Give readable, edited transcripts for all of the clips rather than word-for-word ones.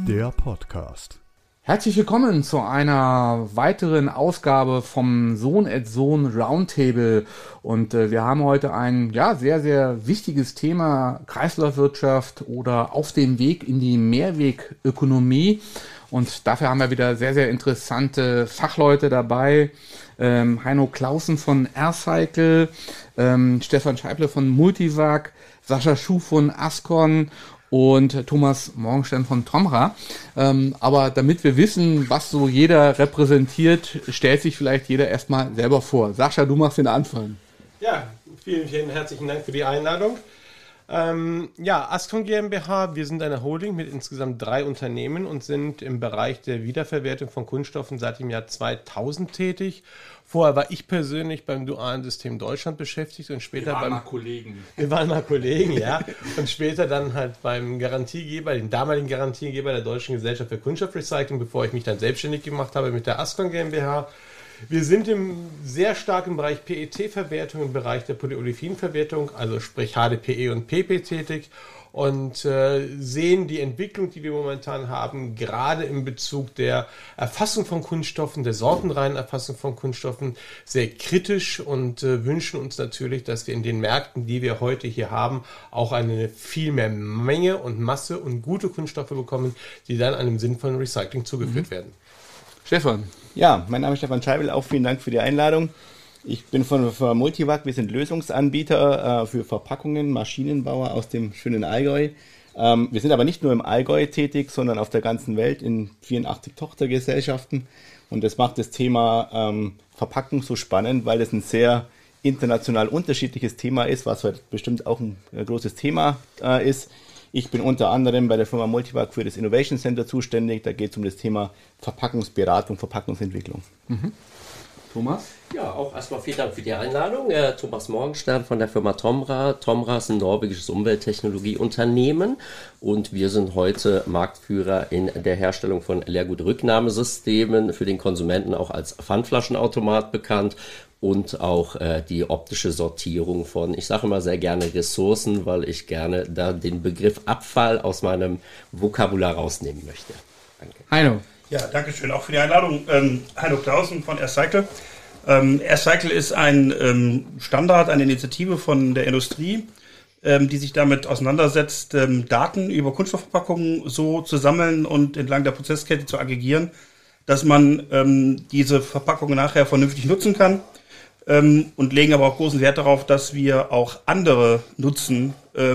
Der Podcast. Herzlich willkommen zu einer weiteren Ausgabe vom Sohn @ Sohn Roundtable. Und wir haben heute ein sehr, sehr wichtiges Thema, Kreislaufwirtschaft oder auf dem Weg in die Mehrwegökonomie. Und dafür haben wir wieder sehr, sehr interessante Fachleute dabei. Heino Clausen von AirCycle, Stefan Scheible von Multivac, Sascha Schuh von Ascon und Thomas Morgenstern von Tomra. Aber damit wir wissen, was so jeder repräsentiert, stellt sich vielleicht jeder erstmal selber vor. Sascha, du machst den Anfang. Ja, vielen, vielen herzlichen Dank für die Einladung. Ascon GmbH, wir sind eine Holding mit insgesamt 3 Unternehmen und sind im Bereich der Wiederverwertung von Kunststoffen seit dem Jahr 2000 tätig. Vorher war ich persönlich beim Dualen System Deutschland beschäftigt und später Wir waren mal Kollegen, ja. Und später dann halt beim Garantiegeber, den damaligen Garantiegeber der Deutschen Gesellschaft für Kunststoffrecycling, bevor ich mich dann selbstständig gemacht habe mit der Ascon GmbH. Wir sind sehr stark im Bereich PET-Verwertung, im Bereich der Polyolefin-Verwertung, also sprich HDPE und PP tätig und sehen die Entwicklung, die wir momentan haben, gerade in Bezug der Erfassung von Kunststoffen, der sortenreinen Erfassung von Kunststoffen, sehr kritisch und wünschen uns natürlich, dass wir in den Märkten, die wir heute hier haben, auch eine viel mehr Menge und Masse und gute Kunststoffe bekommen, die dann einem sinnvollen Recycling zugeführt werden. Stefan. Ja, mein Name ist Stefan Scheibel, auch vielen Dank für die Einladung. Ich bin von Multivac, wir sind Lösungsanbieter für Verpackungen, Maschinenbauer aus dem schönen Allgäu. Wir sind aber nicht nur im Allgäu tätig, sondern auf der ganzen Welt in 84 Tochtergesellschaften. Und das macht das Thema Verpackung so spannend, weil es ein sehr international unterschiedliches Thema ist, was heute bestimmt auch ein großes Thema ist. Ich bin unter anderem bei der Firma Multivac für das Innovation Center zuständig. Da geht es um das Thema Verpackungsberatung, Verpackungsentwicklung. Mhm. Thomas? Ja, auch erstmal vielen Dank für die Einladung. Thomas Morgenstern von der Firma Tomra. Tomra ist ein norwegisches Umwelttechnologieunternehmen und wir sind heute Marktführer in der Herstellung von Leergutrücknahmesystemen, für den Konsumenten auch als Pfandflaschenautomat bekannt. Und auch die optische Sortierung von, ich sage immer sehr gerne Ressourcen, weil ich gerne da den Begriff Abfall aus meinem Vokabular rausnehmen möchte. Danke. Heino. Ja, danke schön auch für die Einladung. Heino Clausen von AirCycle. AirCycle ist ein Standard, eine Initiative von der Industrie, die sich damit auseinandersetzt, Daten über Kunststoffverpackungen so zu sammeln und entlang der Prozesskette zu aggregieren, dass man diese Verpackungen nachher vernünftig nutzen kann. Und legen aber auch großen Wert darauf, dass wir auch andere Nutzen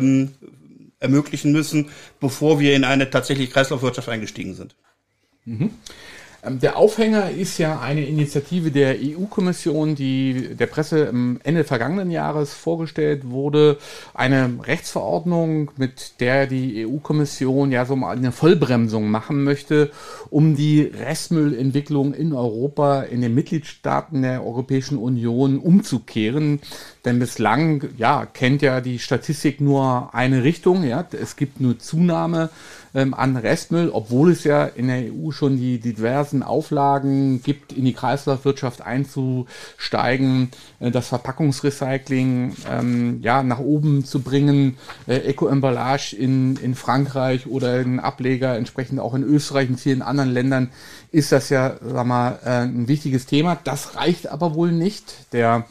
ermöglichen müssen, bevor wir in eine tatsächliche Kreislaufwirtschaft eingestiegen sind. Mhm. Der Aufhänger ist ja eine Initiative der EU-Kommission, die der Presse am Ende vergangenen Jahres vorgestellt wurde. Eine Rechtsverordnung, mit der die EU-Kommission ja so mal eine Vollbremsung machen möchte, um die Restmüllentwicklung in Europa, in den Mitgliedstaaten der Europäischen Union umzukehren. Denn bislang, kennt ja die Statistik nur eine Richtung. Ja, es gibt nur Zunahme an Restmüll, obwohl es ja in der EU schon die diversen Auflagen gibt, in die Kreislaufwirtschaft einzusteigen, das Verpackungsrecycling nach oben zu bringen, Eco-Emballage in Frankreich oder in Ableger entsprechend auch in Österreich und vielen anderen Ländern ist das ja, ein wichtiges Thema. Das reicht aber wohl nicht. Der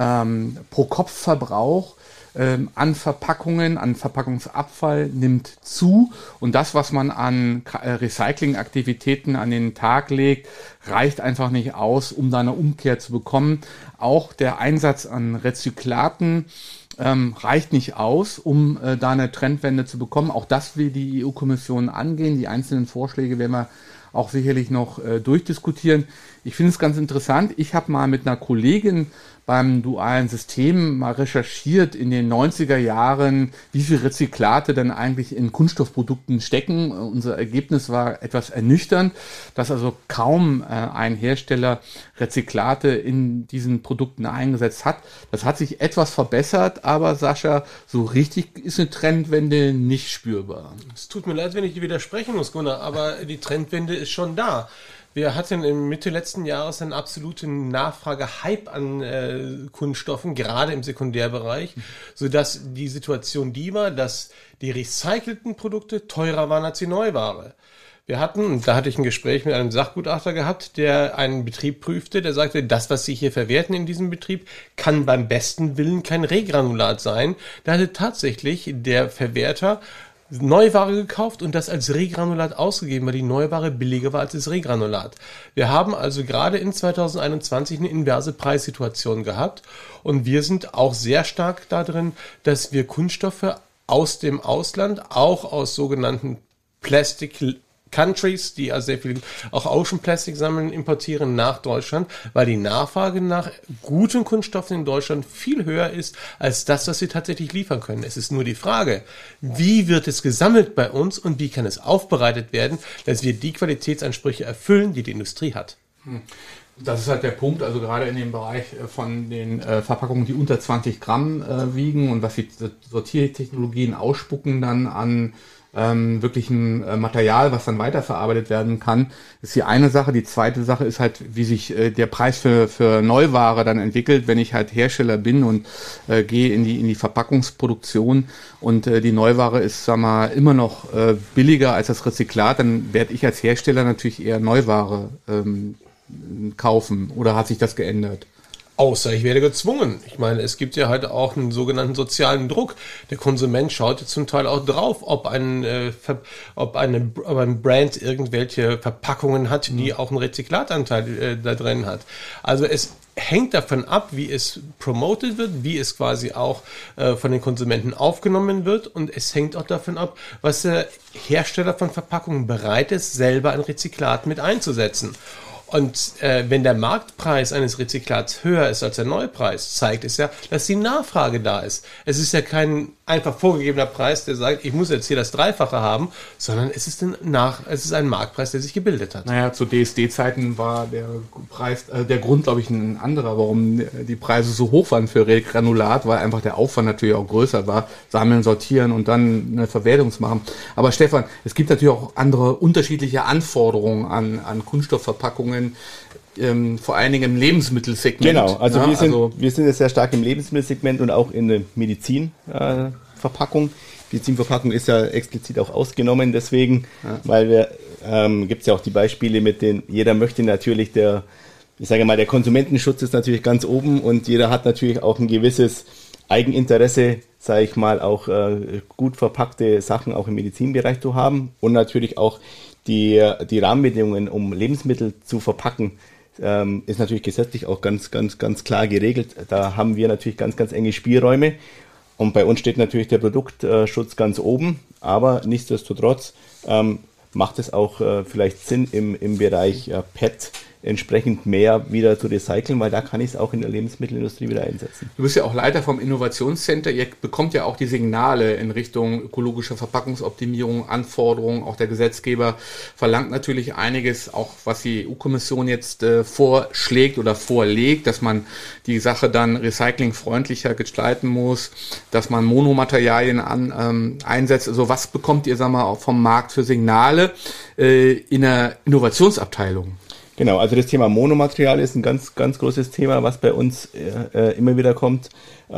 Pro-Kopf-Verbrauch an Verpackungen, an Verpackungsabfall nimmt zu und das, was man an Recyclingaktivitäten an den Tag legt, reicht einfach nicht aus, um da eine Umkehr zu bekommen. Auch der Einsatz an Rezyklaten reicht nicht aus, um da eine Trendwende zu bekommen. Auch das will die EU-Kommission angehen. Die einzelnen Vorschläge werden wir auch sicherlich noch durchdiskutieren. Ich finde es ganz interessant. Ich habe mal mit einer Kollegin beim dualen System mal recherchiert in den 90er Jahren, wie viel Rezyklate denn eigentlich in Kunststoffprodukten stecken. Unser Ergebnis war etwas ernüchternd, dass also kaum ein Hersteller Rezyklate in diesen Produkten eingesetzt hat. Das hat sich etwas verbessert, aber Sascha, so richtig ist eine Trendwende nicht spürbar. Es tut mir leid, wenn ich dir widersprechen muss, Gunnar, aber die Trendwende ist schon da. Wir hatten in Mitte letzten Jahres einen absoluten Nachfrage-Hype an Kunststoffen, gerade im Sekundärbereich, sodass die Situation die war, dass die recycelten Produkte teurer waren als die Neuware. Wir hatten, da hatte ich ein Gespräch mit einem Sachgutachter gehabt, der einen Betrieb prüfte, der sagte, das, was Sie hier verwerten in diesem Betrieb, kann beim besten Willen kein Regranulat sein. Da hatte tatsächlich der Verwerter Neuware gekauft und das als Regranulat ausgegeben, weil die Neuware billiger war als das Regranulat. Wir haben also gerade in 2021 eine inverse Preissituation gehabt und wir sind auch sehr stark da drin, dass wir Kunststoffe aus dem Ausland, auch aus sogenannten Plastic Countries, die also sehr viel auch Ocean Plastic sammeln, importieren nach Deutschland, weil die Nachfrage nach guten Kunststoffen in Deutschland viel höher ist als das, was wir tatsächlich liefern können. Es ist nur die Frage, wie wird es gesammelt bei uns und wie kann es aufbereitet werden, dass wir die Qualitätsansprüche erfüllen, die die Industrie hat. Das ist halt der Punkt, also gerade in dem Bereich von den Verpackungen, die unter 20 Gramm wiegen und was die Sortiertechnologien ausspucken dann an wirklichem Material, was dann weiterverarbeitet werden kann, ist die eine Sache. Die zweite Sache ist halt, wie sich der Preis für Neuware dann entwickelt, wenn ich halt Hersteller bin und gehe in die Verpackungsproduktion und die Neuware ist, sag mal, immer noch billiger als das Rezyklat, dann werde ich als Hersteller natürlich eher Neuware kaufen. Oder hat sich das geändert? Außer ich werde gezwungen. Ich meine, es gibt ja halt auch einen sogenannten sozialen Druck. Der Konsument schaut jetzt zum Teil auch drauf, ob eine Brand irgendwelche Verpackungen hat, die auch einen Rezyklatanteil da drin hat. Also es hängt davon ab, wie es promoted wird, wie es quasi auch von den Konsumenten aufgenommen wird und es hängt auch davon ab, was der Hersteller von Verpackungen bereit ist, selber ein Rezyklat mit einzusetzen. Und wenn der Marktpreis eines Rezyklats höher ist als der Neupreis, zeigt es ja, dass die Nachfrage da ist. Es ist ja kein einfach vorgegebener Preis, der sagt, ich muss jetzt hier das Dreifache haben, sondern es ist ein Marktpreis, der sich gebildet hat. Naja, zu DSD-Zeiten war der Preis, der Grund, glaube ich, ein anderer, warum die Preise so hoch waren für Regranulat, weil einfach der Aufwand natürlich auch größer war, sammeln, sortieren und dann eine Verwertung zu machen. Aber Stefan, es gibt natürlich auch andere unterschiedliche Anforderungen an Kunststoffverpackungen, vor allen Dingen im Lebensmittelsegment. Genau, also wir sind jetzt sehr stark im Lebensmittelsegment und auch in der Medizinverpackung. Medizinverpackung ist ja explizit auch ausgenommen, deswegen, weil wir gibt es ja auch die Beispiele mit den, jeder möchte natürlich der Konsumentenschutz ist natürlich ganz oben und jeder hat natürlich auch ein gewisses Eigeninteresse, sage ich mal, auch gut verpackte Sachen auch im Medizinbereich zu haben und natürlich auch die Rahmenbedingungen, um Lebensmittel zu verpacken, ist natürlich gesetzlich auch ganz klar geregelt. Da haben wir natürlich ganz enge Spielräume und bei uns steht natürlich der Produktschutz ganz oben, aber nichtsdestotrotz macht es auch vielleicht Sinn im Bereich PET entsprechend mehr wieder zu recyceln, weil da kann ich es auch in der Lebensmittelindustrie wieder einsetzen. Du bist ja auch Leiter vom Innovationscenter. Ihr bekommt ja auch die Signale in Richtung ökologischer Verpackungsoptimierung, Anforderungen. Auch der Gesetzgeber verlangt natürlich einiges, auch was die EU-Kommission jetzt vorschlägt oder vorlegt, dass man die Sache dann recyclingfreundlicher gestalten muss, dass man Monomaterialien einsetzt. Also was bekommt ihr, sag mal, auch vom Markt für Signale in der Innovationsabteilung? Genau, also das Thema Monomaterial ist ein ganz großes Thema, was bei uns immer wieder kommt.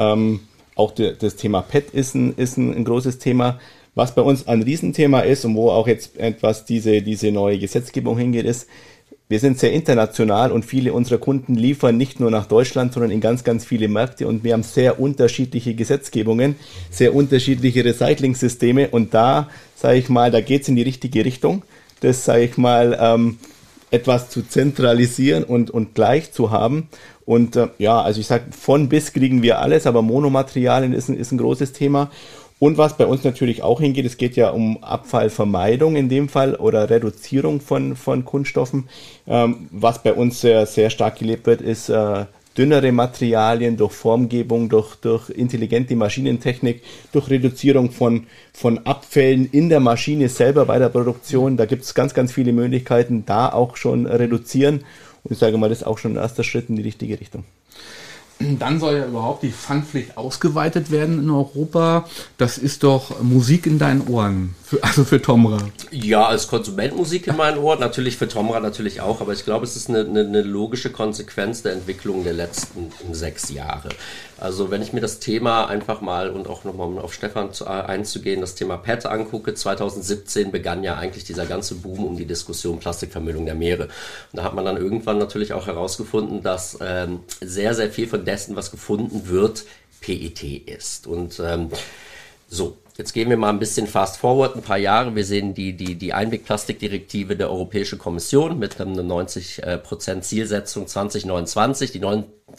Auch das Thema PET ist ein großes Thema. Was bei uns ein Riesenthema ist und wo auch jetzt etwas diese neue Gesetzgebung hingeht, ist, wir sind sehr international und viele unserer Kunden liefern nicht nur nach Deutschland, sondern in ganz viele Märkte und wir haben sehr unterschiedliche Gesetzgebungen, sehr unterschiedliche Recycling-Systeme und da, sage ich mal, da geht es in die richtige Richtung. Das, sage ich mal, etwas zu zentralisieren und gleich zu haben. Und also ich sage, von bis kriegen wir alles, aber Monomaterialien ist ein großes Thema. Und was bei uns natürlich auch hingeht, es geht ja um Abfallvermeidung in dem Fall oder Reduzierung von Kunststoffen. Was bei uns sehr stark gelebt wird, ist dünnere Materialien durch Formgebung, durch intelligente Maschinentechnik, durch Reduzierung von Abfällen in der Maschine selber bei der Produktion. Da gibt es ganz viele Möglichkeiten, da auch schon reduzieren. Und ich sage mal, das ist auch schon ein erster Schritt in die richtige Richtung. Dann soll ja überhaupt die Pfandpflicht ausgeweitet werden in Europa. Das ist doch Musik in deinen Ohren, für Tomra. Ja, als Konsument Musik in meinen Ohren, natürlich für Tomra natürlich auch, aber ich glaube, es ist eine logische Konsequenz der Entwicklung der letzten 6 Jahre. Also wenn ich mir das Thema einfach mal und auch nochmal auf Stefan einzugehen, das Thema PET angucke, 2017 begann ja eigentlich dieser ganze Boom um die Diskussion Plastikvermüllung der Meere. Und da hat man dann irgendwann natürlich auch herausgefunden, dass sehr, sehr viel von dessen, was gefunden wird, PET ist. Und so, jetzt gehen wir mal ein bisschen fast forward, ein paar Jahre. Wir sehen die Einwegplastikdirektive der Europäischen Kommission mit einer 90% Zielsetzung 2029. Die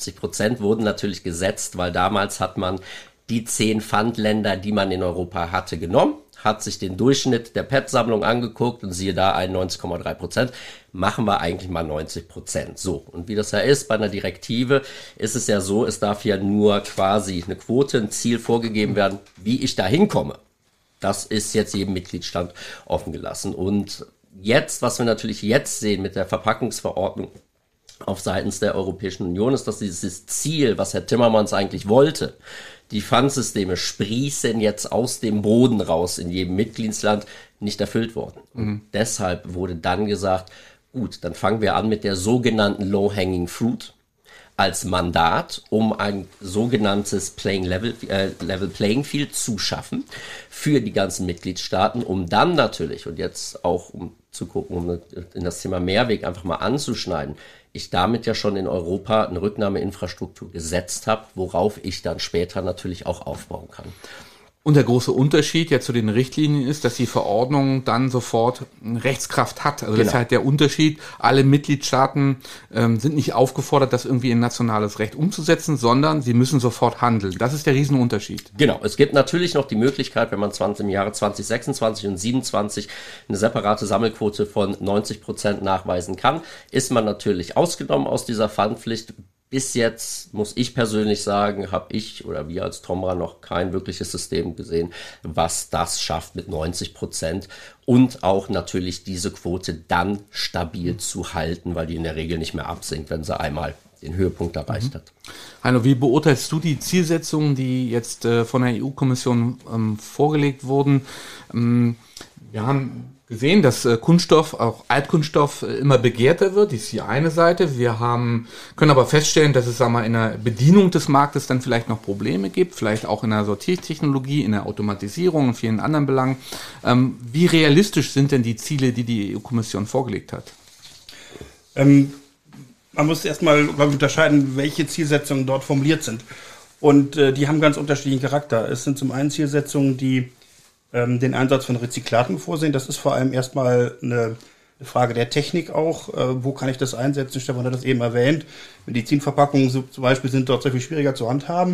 90% wurden natürlich gesetzt, weil damals hat man die 10 Pfandländer, die man in Europa hatte, genommen, hat sich den Durchschnitt der PET-Sammlung angeguckt und siehe da 91,3%, machen wir eigentlich mal 90%. So, und wie das ja ist, bei einer Direktive ist es ja so, es darf ja nur quasi eine Quote, ein Ziel vorgegeben werden, wie ich da hinkomme. Das ist jetzt jedem Mitgliedstaat offen gelassen. Und jetzt, was wir natürlich jetzt sehen mit der Verpackungsverordnung auf seitens der Europäischen Union, ist, dass dieses Ziel, was Herr Timmermans eigentlich wollte, die Pfandsysteme sprießen jetzt aus dem Boden raus in jedem Mitgliedsland, nicht erfüllt worden. Und deshalb wurde dann gesagt, gut, dann fangen wir an mit der sogenannten Low-Hanging Fruit als Mandat, um ein sogenanntes Level Playing Field zu schaffen für die ganzen Mitgliedstaaten, um dann natürlich, und jetzt auch um zu gucken, um in das Thema Mehrweg einfach mal anzuschneiden, ich damit ja schon in Europa eine Rücknahmeinfrastruktur gesetzt habe, worauf ich dann später natürlich auch aufbauen kann. Und der große Unterschied ja zu den Richtlinien ist, dass die Verordnung dann sofort Rechtskraft hat. Also das ist halt der Unterschied. Alle Mitgliedstaaten sind nicht aufgefordert, das irgendwie in nationales Recht umzusetzen, sondern sie müssen sofort handeln. Das ist der Riesenunterschied. Genau. Es gibt natürlich noch die Möglichkeit, wenn man im Jahre 2026 und 2027 eine separate Sammelquote von 90% nachweisen kann, ist man natürlich ausgenommen aus dieser Pfandpflicht. Bis jetzt, muss ich persönlich sagen, habe ich oder wir als Tomra noch kein wirkliches System gesehen, was das schafft mit 90% und auch natürlich diese Quote dann stabil zu halten, weil die in der Regel nicht mehr absinkt, wenn sie einmal den Höhepunkt erreicht hat. Heino, wie beurteilst du die Zielsetzungen, die jetzt von der EU-Kommission vorgelegt wurden? Wir haben gesehen, dass Kunststoff, auch Altkunststoff, immer begehrter wird. Das ist die eine Seite. Wir können aber feststellen, dass es, sagen wir mal, in der Bedienung des Marktes dann vielleicht noch Probleme gibt, vielleicht auch in der Sortiertechnologie, in der Automatisierung und vielen anderen Belangen. Wie realistisch sind denn die Ziele, die die EU-Kommission vorgelegt hat? Man muss erstmal, glaube ich, unterscheiden, welche Zielsetzungen dort formuliert sind. Und die haben ganz unterschiedlichen Charakter. Es sind zum einen Zielsetzungen, die den Einsatz von Rezyklaten vorsehen. Das ist vor allem erstmal eine Frage der Technik auch. Wo kann ich das einsetzen? Stefan hat das eben erwähnt. Medizinverpackungen zum Beispiel sind dort sehr viel schwieriger zu handhaben.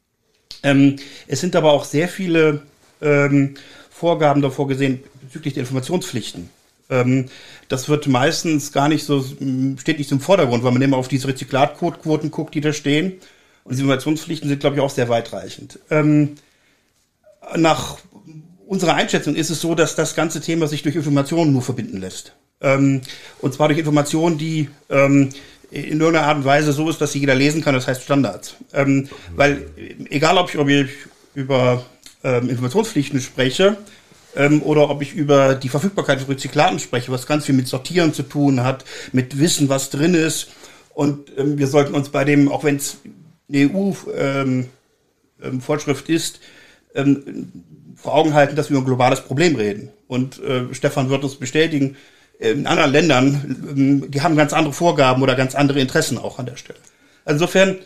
Es sind aber auch sehr viele Vorgaben davor gesehen bezüglich der Informationspflichten. Das wird meistens steht nicht so im Vordergrund, weil man immer auf diese Rezyklatquoten guckt, die da stehen. Und diese Informationspflichten sind, glaube ich, auch sehr weitreichend. Nach unserer Einschätzung ist es so, dass das ganze Thema sich durch Informationen nur verbinden lässt. Und zwar durch Informationen, die in irgendeiner Art und Weise so ist, dass sie jeder lesen kann, das heißt Standards. Weil egal, ob ich über Informationspflichten spreche oder ob ich über die Verfügbarkeit von Rezyklaten spreche, was ganz viel mit Sortieren zu tun hat, mit Wissen, was drin ist. Und wir sollten uns bei dem, auch wenn es eine EU-Vorschrift ist, vor Augen halten, dass wir über ein globales Problem reden. Und Stefan wird uns bestätigen, in anderen Ländern, die haben ganz andere Vorgaben oder ganz andere Interessen auch an der Stelle. Insofern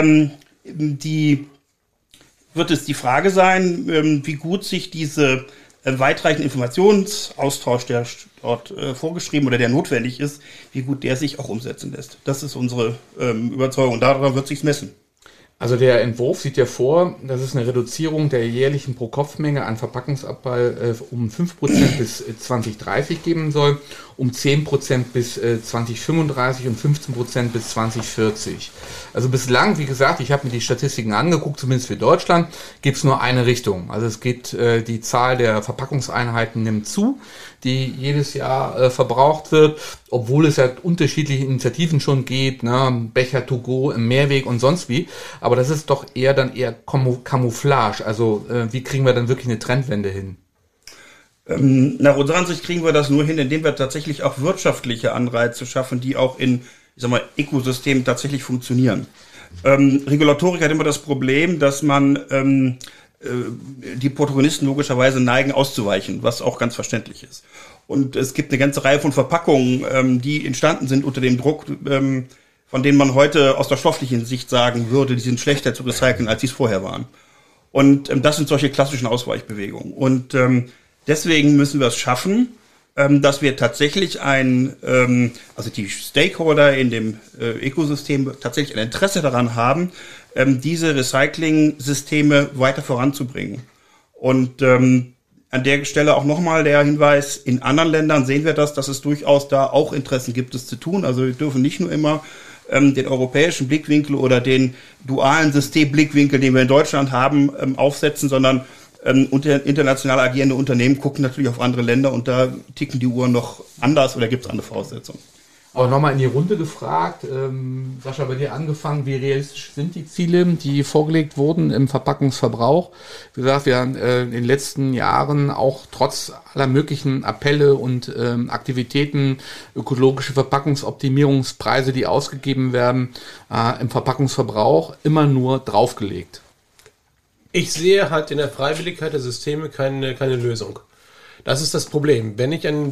wird es die Frage sein, wie gut sich diese weitreichende Informationsaustausch, der dort vorgeschrieben oder der notwendig ist, wie gut der sich auch umsetzen lässt. Das ist unsere Überzeugung. Daran wird sich's messen. Also der Entwurf sieht ja vor, dass es eine Reduzierung der jährlichen Pro-Kopf-Menge an Verpackungsabfall um 5% bis 2030 geben soll, um 10% bis 2035 und 15% bis 2040. Also bislang, wie gesagt, ich habe mir die Statistiken angeguckt, zumindest für Deutschland, gibt es nur eine Richtung. Also es gibt die Zahl der Verpackungseinheiten nimmt zu, die jedes Jahr verbraucht wird, obwohl es ja unterschiedliche Initiativen schon gibt, ne, Becher to go, im Mehrweg und sonst wie. Aber das ist doch eher Camouflage. Also wie kriegen wir dann wirklich eine Trendwende hin? Nach unserer Ansicht kriegen wir das nur hin, indem wir tatsächlich auch wirtschaftliche Anreize schaffen, die auch in, Ökosystemen tatsächlich funktionieren. Regulatorik hat immer das Problem, dass man die Protagonisten logischerweise neigen auszuweichen, was auch ganz verständlich ist. Und es gibt eine ganze Reihe von Verpackungen, die entstanden sind unter dem Druck, von denen man heute aus der stofflichen Sicht sagen würde, die sind schlechter zu recyceln, als sie es vorher waren. Und das sind solche klassischen Ausweichbewegungen. Und deswegen müssen wir es schaffen, dass wir tatsächlich also die Stakeholder in dem Ökosystem tatsächlich ein Interesse daran haben, diese Recycling-Systeme weiter voranzubringen. Und an der Stelle auch nochmal der Hinweis, in anderen Ländern sehen wir das, dass es durchaus da auch Interessen gibt, es zu tun. Also wir dürfen nicht nur immer den europäischen Blickwinkel oder den dualen Systemblickwinkel, den wir in Deutschland haben, aufsetzen, sondern international agierende Unternehmen gucken natürlich auf andere Länder und da ticken die Uhren noch anders oder gibt es andere Voraussetzungen. Aber nochmal in die Runde gefragt, Sascha, bei dir angefangen, wie realistisch sind die Ziele, die vorgelegt wurden im Verpackungsverbrauch? Wie gesagt, wir haben in den letzten Jahren auch trotz aller möglichen Appelle und Aktivitäten, ökologische Verpackungsoptimierungspreise, die ausgegeben werden, im Verpackungsverbrauch immer nur draufgelegt. Ich sehe halt in der Freiwilligkeit der Systeme keine Lösung. Das ist das Problem. Wenn ich ein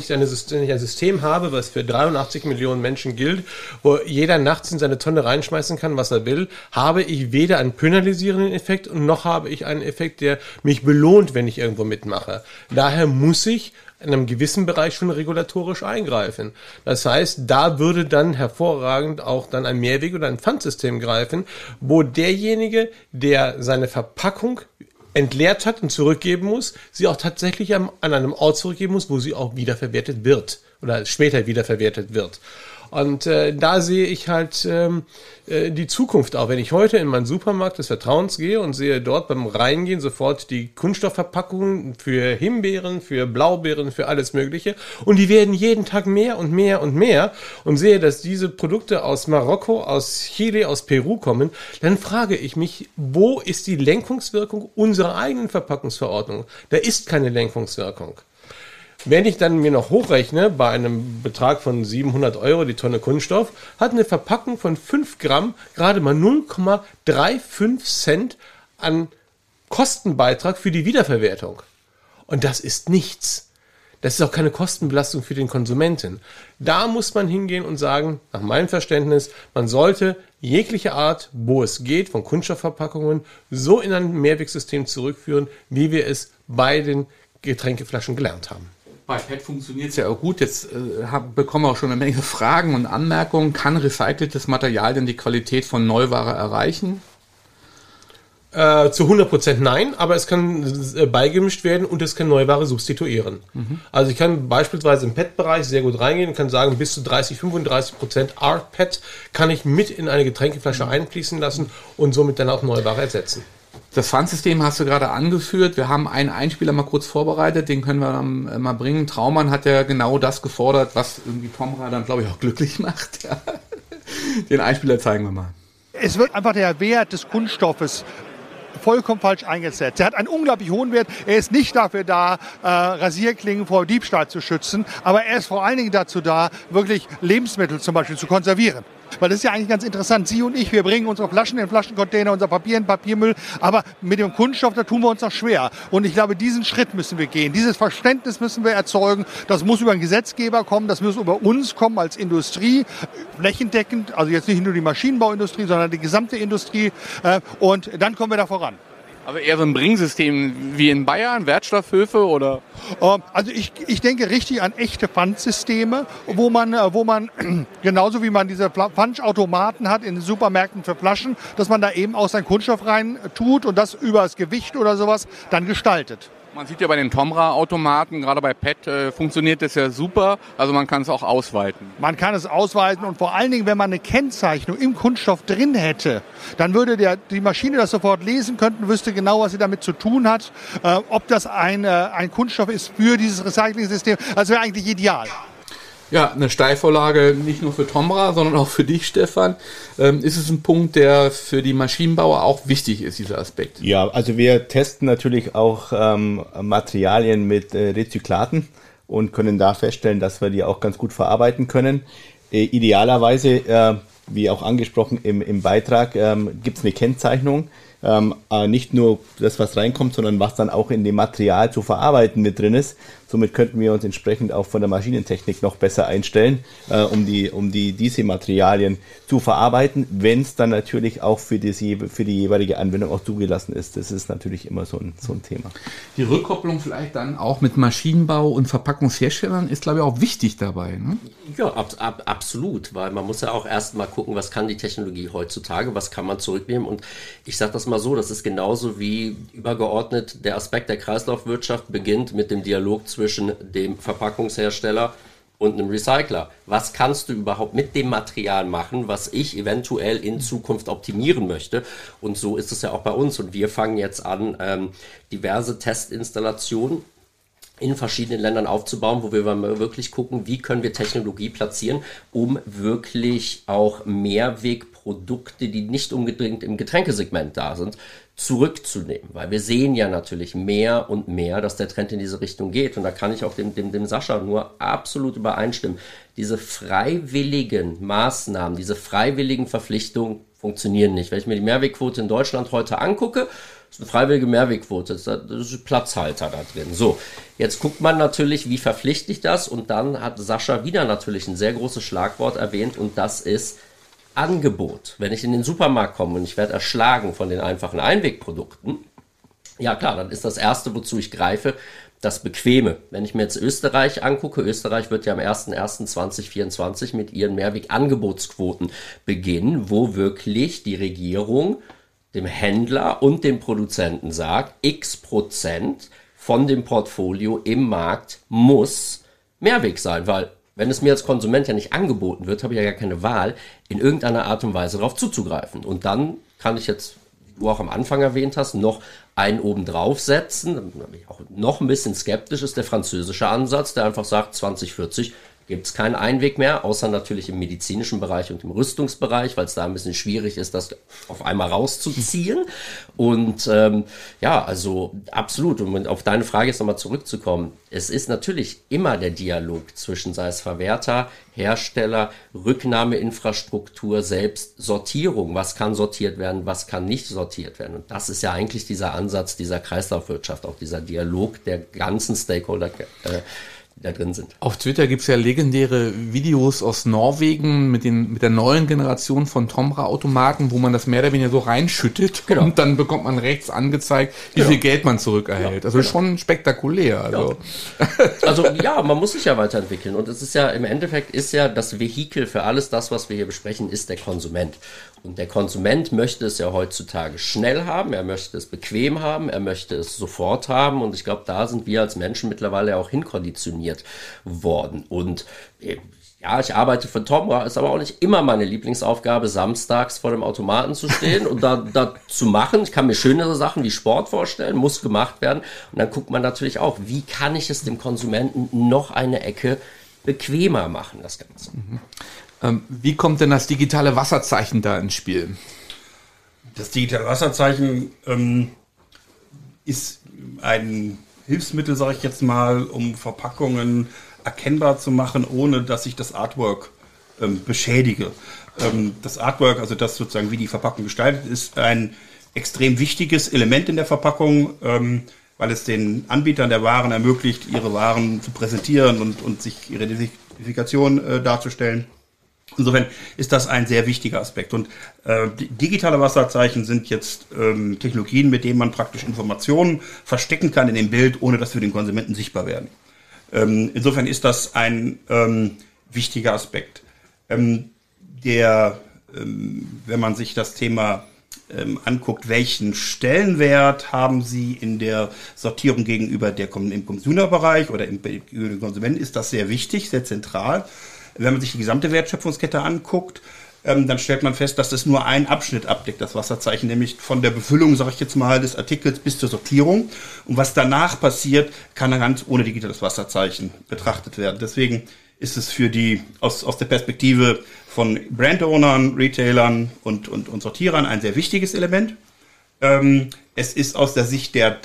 System habe, was für 83 Millionen Menschen gilt, wo jeder nachts in seine Tonne reinschmeißen kann, was er will, habe ich weder einen penalisierenden Effekt und noch habe ich einen Effekt, der mich belohnt, wenn ich irgendwo mitmache. Daher muss ich in einem gewissen Bereich schon regulatorisch eingreifen. Das heißt, da würde dann hervorragend auch dann ein Mehrweg- oder ein Pfandsystem greifen, wo derjenige, der seine Verpackung entleert hat und zurückgeben muss, sie auch tatsächlich an einem Ort zurückgeben muss, wo sie auch wiederverwertet wird oder später wiederverwertet wird. Und da sehe ich halt die Zukunft auch. Wenn ich heute in meinen Supermarkt des Vertrauens gehe und sehe dort beim Reingehen sofort die Kunststoffverpackungen für Himbeeren, für Blaubeeren, für alles Mögliche und die werden jeden Tag mehr und mehr und mehr und sehe, dass diese Produkte aus Marokko, aus Chile, aus Peru kommen, dann frage ich mich, wo ist die Lenkungswirkung unserer eigenen Verpackungsverordnung? Da ist keine Lenkungswirkung. Wenn ich dann mir noch hochrechne, bei einem Betrag von 700 € die Tonne Kunststoff, hat eine Verpackung von 5 Gramm gerade mal 0,35 Cent an Kostenbeitrag für die Wiederverwertung. Und das ist nichts. Das ist auch keine Kostenbelastung für den Konsumenten. Da muss man hingehen und sagen, nach meinem Verständnis, man sollte jegliche Art, wo es geht, von Kunststoffverpackungen so in ein Mehrwegsystem zurückführen, wie wir es bei den Getränkeflaschen gelernt haben. Bei PET funktioniert es ja auch gut. Jetzt bekommen wir auch schon eine Menge Fragen und Anmerkungen. Kann recyceltes Material denn die Qualität von Neuware erreichen? Zu 100% nein, aber es kann beigemischt werden und es kann Neuware substituieren. Also ich kann beispielsweise im PET-Bereich sehr gut reingehen und kann sagen, bis zu 30-35% Art-PET kann ich mit in eine Getränkeflasche einfließen lassen und somit dann auch Neuware ersetzen. Das Pfandsystem hast du gerade angeführt. Wir haben einen Einspieler mal kurz vorbereitet, den können wir dann mal bringen. Traumann hat ja genau das gefordert, was irgendwie Tomra dann, glaube ich, auch glücklich macht. Ja. Den Einspieler zeigen wir mal. Es wird einfach der Wert des Kunststoffes vollkommen falsch eingesetzt. Er hat einen unglaublich hohen Wert. Er ist nicht dafür da, Rasierklingen vor Diebstahl zu schützen, aber er ist vor allen Dingen dazu da, wirklich Lebensmittel zum Beispiel zu konservieren. Weil das ist ja eigentlich ganz interessant. Sie und ich, wir bringen unsere Flaschen in den Flaschencontainer, unser Papier in Papiermüll, aber mit dem Kunststoff, da tun wir uns noch schwer. Und ich glaube, diesen Schritt müssen wir gehen. Dieses Verständnis müssen wir erzeugen. Das muss über einen Gesetzgeber kommen, das muss über uns kommen als Industrie, flächendeckend, also jetzt nicht nur die Maschinenbauindustrie, sondern die gesamte Industrie. Und dann kommen wir da voran. Also eher so ein Bringsystem wie in Bayern, Wertstoffhöfe oder? Also ich denke richtig an echte Pfandsysteme, wo man genauso wie man diese Pfandautomaten hat in den Supermärkten für Flaschen, dass man da eben auch seinen Kunststoff rein tut und das über das Gewicht oder sowas dann gestaltet. Man sieht ja bei den Tomra-Automaten, gerade bei PET, funktioniert das ja super. Also man kann es auch ausweiten. Man kann es ausweiten und vor allen Dingen, wenn man eine Kennzeichnung im Kunststoff drin hätte, dann würde die Maschine das sofort lesen können, wüsste genau, was sie damit zu tun hat, ob das ein Kunststoff ist für dieses Recycling-System. Das wäre eigentlich ideal. Ja, eine Steilvorlage nicht nur für Tomra, sondern auch für dich, Stefan. Ist es ein Punkt, der für die Maschinenbauer auch wichtig ist, dieser Aspekt? Ja, also wir testen natürlich auch Materialien mit Rezyklaten und können da feststellen, dass wir die auch ganz gut verarbeiten können. Idealerweise wie auch angesprochen im Beitrag, gibt es eine Kennzeichnung. Nicht nur das, was reinkommt, sondern was dann auch in dem Material zu verarbeiten mit drin ist. Somit könnten wir uns entsprechend auch von der Maschinentechnik noch besser einstellen, um diese Materialien zu verarbeiten, wenn es dann natürlich auch für die jeweilige Anwendung auch zugelassen ist. Das ist natürlich immer so ein Thema. Die Rückkopplung vielleicht dann auch mit Maschinenbau und Verpackungsherstellern ist, glaube ich, auch wichtig dabei. Ne? Ja, absolut, weil man muss ja auch erst mal gucken, was kann die Technologie heutzutage, was kann man zurücknehmen, und ich sage das mal so, das ist genauso wie übergeordnet der Aspekt der Kreislaufwirtschaft beginnt mit dem Dialog zwischen dem Verpackungshersteller und einem Recycler. Was kannst du überhaupt mit dem Material machen, was ich eventuell in Zukunft optimieren möchte? Und so ist es ja auch bei uns, und wir fangen jetzt an, diverse Testinstallationen in verschiedenen Ländern aufzubauen, wo wir mal wirklich gucken, wie können wir Technologie platzieren, um wirklich auch Mehrwegprodukte, die nicht unbedingt im Getränkesegment da sind, zurückzunehmen. Weil wir sehen ja natürlich mehr und mehr, dass der Trend in diese Richtung geht. Und da kann ich auch dem Sascha nur absolut übereinstimmen. Diese freiwilligen Maßnahmen, diese freiwilligen Verpflichtungen funktionieren nicht. Wenn ich mir die Mehrwegquote in Deutschland heute angucke, das ist eine freiwillige Mehrwegquote, das ist Platzhalter da drin. So, jetzt guckt man natürlich, wie verpflichte ich das, und dann hat Sascha wieder natürlich ein sehr großes Schlagwort erwähnt, und das ist Angebot. Wenn ich in den Supermarkt komme und ich werde erschlagen von den einfachen Einwegprodukten, ja klar, dann ist das Erste, wozu ich greife, das Bequeme. Wenn ich mir jetzt Österreich angucke, Österreich wird ja am 01.01.2024 mit ihren Mehrwegangebotsquoten beginnen, wo wirklich die Regierung dem Händler und dem Produzenten sagt, x% von dem Portfolio im Markt muss Mehrweg sein, weil wenn es mir als Konsument ja nicht angeboten wird, habe ich ja gar keine Wahl, in irgendeiner Art und Weise darauf zuzugreifen. Und dann kann ich jetzt, wie du auch am Anfang erwähnt hast, noch einen oben drauf setzen. Da bin ich auch noch ein bisschen skeptisch, ist der französische Ansatz, der einfach sagt, 2040 gibt es keinen Einweg mehr, außer natürlich im medizinischen Bereich und im Rüstungsbereich, weil es da ein bisschen schwierig ist, das auf einmal rauszuziehen. Und ja, also absolut. Und auf deine Frage jetzt nochmal zurückzukommen. Es ist natürlich immer der Dialog zwischen, sei es Verwerter, Hersteller, Rücknahmeinfrastruktur, selbst Sortierung. Was kann sortiert werden, was kann nicht sortiert werden? Und das ist ja eigentlich dieser Ansatz dieser Kreislaufwirtschaft, auch dieser Dialog der ganzen Stakeholder, da drin sind. Auf Twitter gibt es ja legendäre Videos aus Norwegen mit der neuen Generation von Tomra-Automaten, wo man das mehr oder weniger so reinschüttet, genau, und dann bekommt man rechts angezeigt, wie viel Geld man zurückerhält. Ja, also schon spektakulär. Also ja, man muss sich ja weiterentwickeln, und es ist ja im Endeffekt ist ja das Vehikel für alles das, was wir hier besprechen, ist der Konsument. Und der Konsument möchte es ja heutzutage schnell haben, er möchte es bequem haben, er möchte es sofort haben, und ich glaube, da sind wir als Menschen mittlerweile auch hinkonditioniert worden. Und ja, ich arbeite für Tomra, ist aber auch nicht immer meine Lieblingsaufgabe, samstags vor dem Automaten zu stehen und da zu machen. Ich kann mir schönere Sachen wie Sport vorstellen, muss gemacht werden. Und dann guckt man natürlich auch, wie kann ich es dem Konsumenten noch eine Ecke bequemer machen, das Ganze. Wie kommt denn das digitale Wasserzeichen da ins Spiel? Das digitale Wasserzeichen ist ein Hilfsmittel, sage ich jetzt mal, um Verpackungen erkennbar zu machen, ohne dass ich das Artwork beschädige. Das Artwork, also das sozusagen, wie die Verpackung gestaltet ist, ein extrem wichtiges Element in der Verpackung, weil es den Anbietern der Waren ermöglicht, ihre Waren zu präsentieren und sich ihre Identifikation darzustellen. Insofern ist das ein sehr wichtiger Aspekt. Und digitale Wasserzeichen sind jetzt Technologien, mit denen man praktisch Informationen verstecken kann in dem Bild, ohne dass für den Konsumenten sichtbar werden. Insofern ist das ein wichtiger Aspekt. Wenn man sich das Thema anguckt, welchen Stellenwert haben Sie in der Sortierung gegenüber im Consumer-Bereich oder im Konsumenten, ist das sehr wichtig, sehr zentral. Wenn man sich die gesamte Wertschöpfungskette anguckt, dann stellt man fest, dass das nur einen Abschnitt abdeckt, das Wasserzeichen, nämlich von der Befüllung, sage ich jetzt mal, des Artikels bis zur Sortierung. Und was danach passiert, kann dann ganz ohne digitales Wasserzeichen betrachtet werden. Deswegen ist es für aus der Perspektive von Brandownern, Retailern und Sortierern ein sehr wichtiges Element. Es ist aus der Sicht der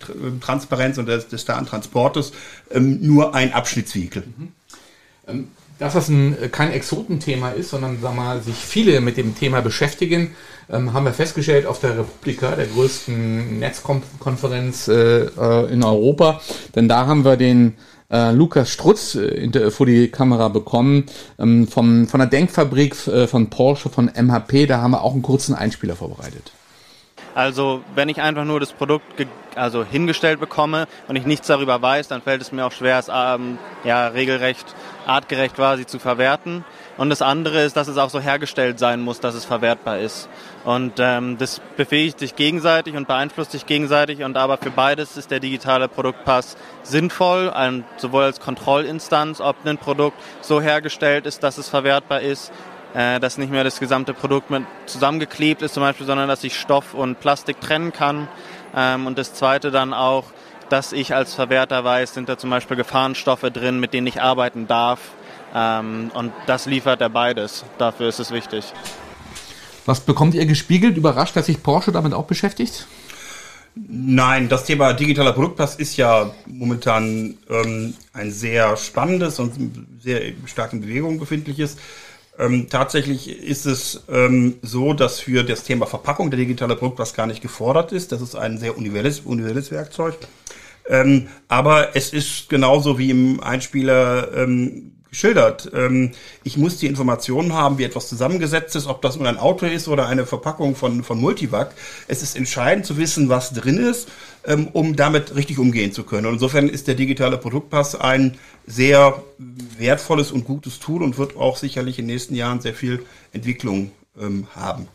Datentransparenz und des Datentransportes nur ein Abschnittsvehikel. Dass das kein Exotenthema ist, sondern sich viele mit dem Thema beschäftigen, haben wir festgestellt auf der Republika, der größten Netzkonferenz in Europa. Denn da haben wir den Lukas Strutz vor die Kamera bekommen von der Denkfabrik von Porsche, von MHP. Da haben wir auch einen kurzen Einspieler vorbereitet. Also wenn ich einfach nur das Produkt hingestellt bekomme und ich nichts darüber weiß, dann fällt es mir auch schwer, es regelrecht artgerecht quasi zu verwerten. Und das andere ist, dass es auch so hergestellt sein muss, dass es verwertbar ist. Und das befähigt sich gegenseitig und beeinflusst sich gegenseitig. Und aber für beides ist der digitale Produktpass sinnvoll, sowohl als Kontrollinstanz, ob ein Produkt so hergestellt ist, dass es verwertbar ist, dass nicht mehr das gesamte Produkt mit zusammengeklebt ist zum Beispiel, sondern dass ich Stoff und Plastik trennen kann. Und das Zweite dann auch, dass ich als Verwerter weiß, sind da zum Beispiel Gefahrenstoffe drin, mit denen ich arbeiten darf. Und das liefert er beides. Dafür ist es wichtig. Was bekommt ihr gespiegelt? Überrascht, dass sich Porsche damit auch beschäftigt? Nein, das Thema digitaler Produktpass ist ja momentan ein sehr spannendes und sehr stark in Bewegung befindliches. Tatsächlich ist es so, dass für das Thema Verpackung der digitale Produktpass gar nicht gefordert ist. Das ist ein sehr universelles Werkzeug. Aber es ist genauso wie im Einspieler geschildert. Ich muss die Informationen haben, wie etwas zusammengesetzt ist, ob das nun ein Auto ist oder eine Verpackung von Multivac. Es ist entscheidend zu wissen, was drin ist, um damit richtig umgehen zu können. Und insofern ist der digitale Produktpass ein sehr wertvolles und gutes Tool und wird auch sicherlich in den nächsten Jahren sehr viel Entwicklung haben.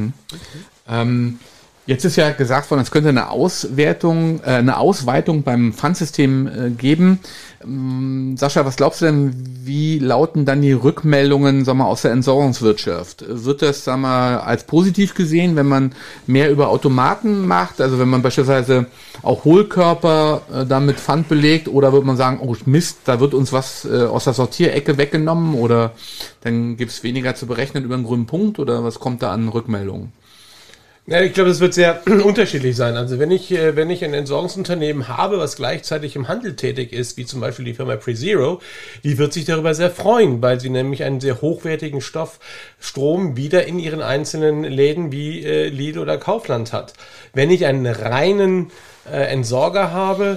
Jetzt ist ja gesagt worden, es könnte eine Ausweitung beim Pfandsystem geben. Sascha, was glaubst du denn, wie lauten dann die Rückmeldungen, aus der Entsorgungswirtschaft? Wird das, als positiv gesehen, wenn man mehr über Automaten macht, also wenn man beispielsweise auch Hohlkörper damit Pfand belegt, oder wird man sagen, oh Mist, da wird uns was aus der Sortierecke weggenommen, oder dann gibt es weniger zu berechnen über einen grünen Punkt, oder was kommt da an Rückmeldungen? Ja, ich glaube, das wird sehr unterschiedlich sein. Also wenn ich ein Entsorgungsunternehmen habe, was gleichzeitig im Handel tätig ist, wie zum Beispiel die Firma PreZero, die wird sich darüber sehr freuen, weil sie nämlich einen sehr hochwertigen Strom wieder in ihren einzelnen Läden wie Lidl oder Kaufland hat. Wenn ich einen reinen Entsorger habe,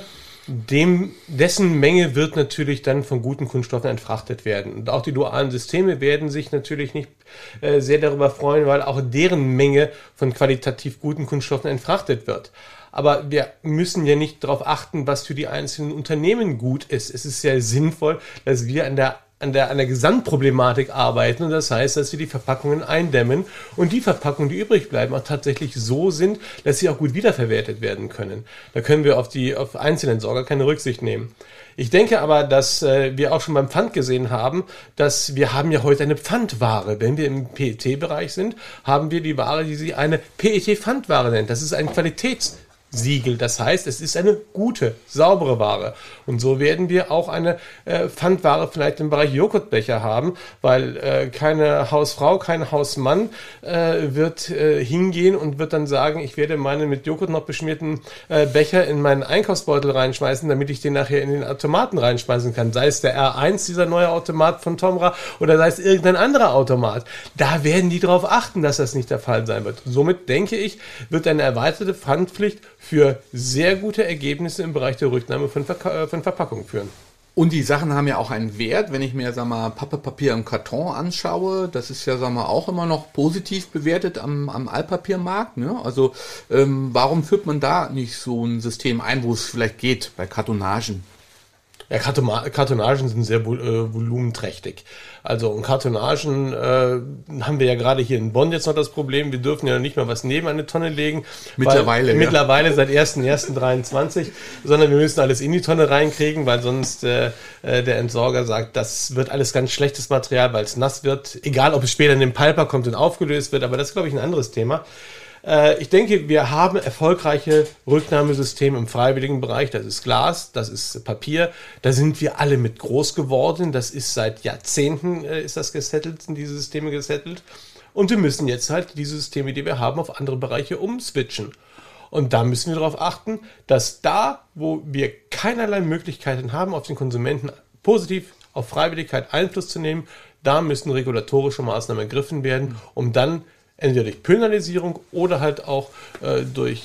dessen Menge wird natürlich dann von guten Kunststoffen entfrachtet werden. Und auch die dualen Systeme werden sich natürlich nicht sehr darüber freuen, weil auch deren Menge von qualitativ guten Kunststoffen entfrachtet wird. Aber wir müssen ja nicht darauf achten, was für die einzelnen Unternehmen gut ist. Es ist ja sinnvoll, dass wir an der Gesamtproblematik arbeiten, und das heißt, dass wir die Verpackungen eindämmen und die Verpackungen, die übrig bleiben, auch tatsächlich so sind, dass sie auch gut wiederverwertet werden können. Da können wir auf Einzelentsorger keine Rücksicht nehmen. Ich denke aber, dass wir auch schon beim Pfand gesehen haben, dass wir haben ja heute eine Pfandware. Wenn wir im PET-Bereich sind, haben wir die Ware, die sich eine PET-Pfandware nennt. Das ist ein Qualitätssiegel. Das heißt, es ist eine gute, saubere Ware. Und so werden wir auch eine Pfandware vielleicht im Bereich Joghurtbecher haben, weil keine Hausfrau, kein Hausmann wird hingehen und wird dann sagen, ich werde meinen mit Joghurt noch beschmierten Becher in meinen Einkaufsbeutel reinschmeißen, damit ich den nachher in den Automaten reinschmeißen kann. Sei es der R1, dieser neue Automat von Tomra, oder sei es irgendein anderer Automat. Da werden die darauf achten, dass das nicht der Fall sein wird. Somit denke ich, wird eine erweiterte Pfandpflicht für sehr gute Ergebnisse im Bereich der Rücknahme von Verpackungen führen. Und die Sachen haben ja auch einen Wert, wenn ich mir, Pappe, Papier im Karton anschaue, das ist ja, auch immer noch positiv bewertet am Altpapiermarkt, ne? Also, warum führt man da nicht so ein System ein, wo es vielleicht geht bei Kartonagen? Ja, Kartonagen sind sehr volumenträchtig. Also und Kartonagen haben wir ja gerade hier in Bonn jetzt noch das Problem, wir dürfen ja nicht mal was neben eine Tonne legen. Mittlerweile seit 1.1.23, sondern wir müssen alles in die Tonne reinkriegen, weil sonst der Entsorger sagt, das wird alles ganz schlechtes Material, weil es nass wird. Egal, ob es später in den Pulper kommt und aufgelöst wird, aber das ist, glaube ich, ein anderes Thema. Ich denke, wir haben erfolgreiche Rücknahmesysteme im freiwilligen Bereich. Das ist Glas, das ist Papier. Da sind wir alle mit groß geworden. Das ist seit Jahrzehnten sind diese Systeme gesettelt. Und wir müssen jetzt halt diese Systeme, die wir haben, auf andere Bereiche umswitchen. Und da müssen wir darauf achten, dass da, wo wir keinerlei Möglichkeiten haben, auf den Konsumenten positiv auf Freiwilligkeit Einfluss zu nehmen. Da müssen regulatorische Maßnahmen ergriffen werden, um dann entweder durch Penalisierung oder halt auch durch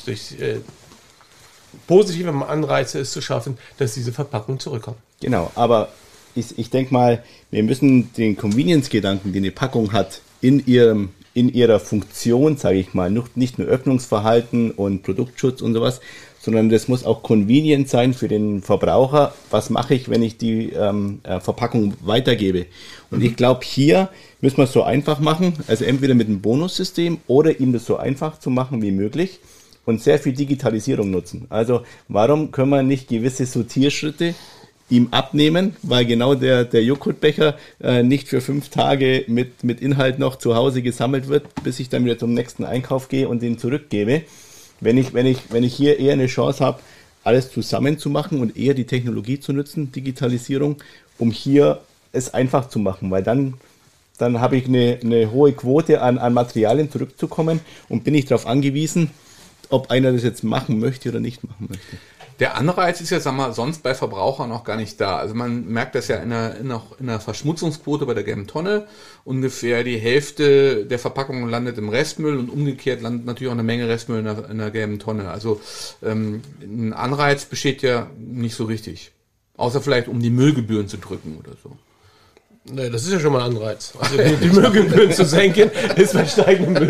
positive Anreize es zu schaffen, dass diese Verpackungen zurückkommen. Genau, aber ich denke mal, wir müssen den Convenience-Gedanken, den eine Packung hat, in ihrer Funktion, sage ich mal, nicht nur Öffnungsverhalten und Produktschutz und sowas, sondern das muss auch convenient sein für den Verbraucher. Was mache ich, wenn ich die Verpackung weitergebe? Und ich glaube, hier müssen wir es so einfach machen, also entweder mit einem Bonussystem oder ihm das so einfach zu machen wie möglich und sehr viel Digitalisierung nutzen. Also warum können wir nicht gewisse Sortierschritte ihm abnehmen, weil genau der Joghurtbecher nicht für 5 Tage mit Inhalt noch zu Hause gesammelt wird, bis ich dann wieder zum nächsten Einkauf gehe und den zurückgebe. Wenn ich hier eher eine Chance habe, alles zusammen zu machen und eher die Technologie zu nutzen, Digitalisierung, um hier es einfach zu machen, weil dann habe ich eine hohe Quote an Materialien zurückzukommen und bin ich darauf angewiesen, ob einer das jetzt machen möchte oder nicht machen möchte. Der Anreiz ist ja, sagen wir, sonst bei Verbrauchern noch gar nicht da. Also man merkt das ja in der Verschmutzungsquote bei der gelben Tonne. Ungefähr die Hälfte der Verpackungen landet im Restmüll und umgekehrt landet natürlich auch eine Menge Restmüll in der gelben Tonne. Also ein Anreiz besteht ja nicht so richtig. Außer vielleicht, um die Müllgebühren zu drücken oder so. Nee, das ist ja schon mal ein Anreiz. Also die Müllgebühren zu senken, ist bei steigenden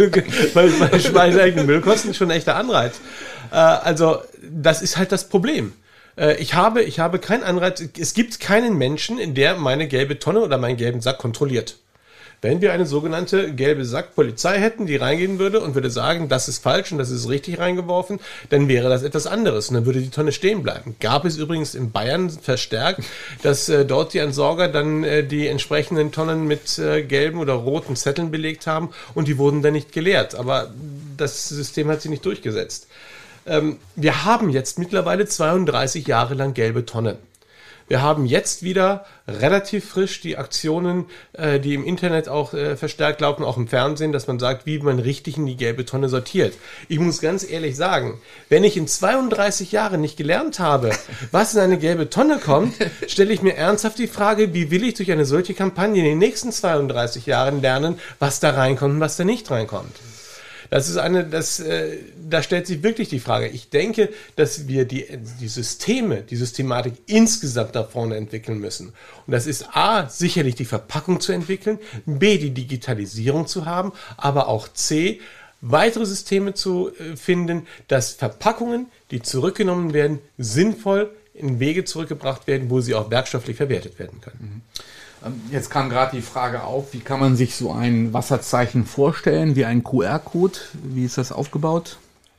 Müllkosten schon ein echter Anreiz. Also das ist halt das Problem. Ich habe keinen Anreiz. Es gibt keinen Menschen, der meine gelbe Tonne oder meinen gelben Sack kontrolliert. Wenn wir eine sogenannte gelbe Sack-Polizei hätten, die reingehen würde und würde sagen, das ist falsch und das ist richtig reingeworfen, dann wäre das etwas anderes und dann würde die Tonne stehen bleiben. Gab es übrigens in Bayern verstärkt, dass dort die Entsorger dann die entsprechenden Tonnen mit gelben oder roten Zetteln belegt haben und die wurden dann nicht geleert. Aber das System hat sich nicht durchgesetzt. Wir haben jetzt mittlerweile 32 Jahre lang gelbe Tonnen. Wir haben jetzt wieder relativ frisch die Aktionen, die im Internet auch verstärkt laufen, auch im Fernsehen, dass man sagt, wie man richtig in die gelbe Tonne sortiert. Ich muss ganz ehrlich sagen, wenn ich in 32 Jahren nicht gelernt habe, was in eine gelbe Tonne kommt, stelle ich mir ernsthaft die Frage, wie will ich durch eine solche Kampagne in den nächsten 32 Jahren lernen, was da reinkommt und was da nicht reinkommt. Das ist da stellt sich wirklich die Frage. Ich denke, dass wir die Systematik insgesamt nach vorne entwickeln müssen. Und das ist A, sicherlich die Verpackung zu entwickeln, B, die Digitalisierung zu haben, aber auch C, weitere Systeme zu finden, dass Verpackungen, die zurückgenommen werden, sinnvoll in Wege zurückgebracht werden, wo sie auch werkstofflich verwertet werden können. Jetzt kam gerade die Frage auf, wie kann man sich so ein Wasserzeichen vorstellen, wie ein QR-Code? Wie ist das aufgebaut?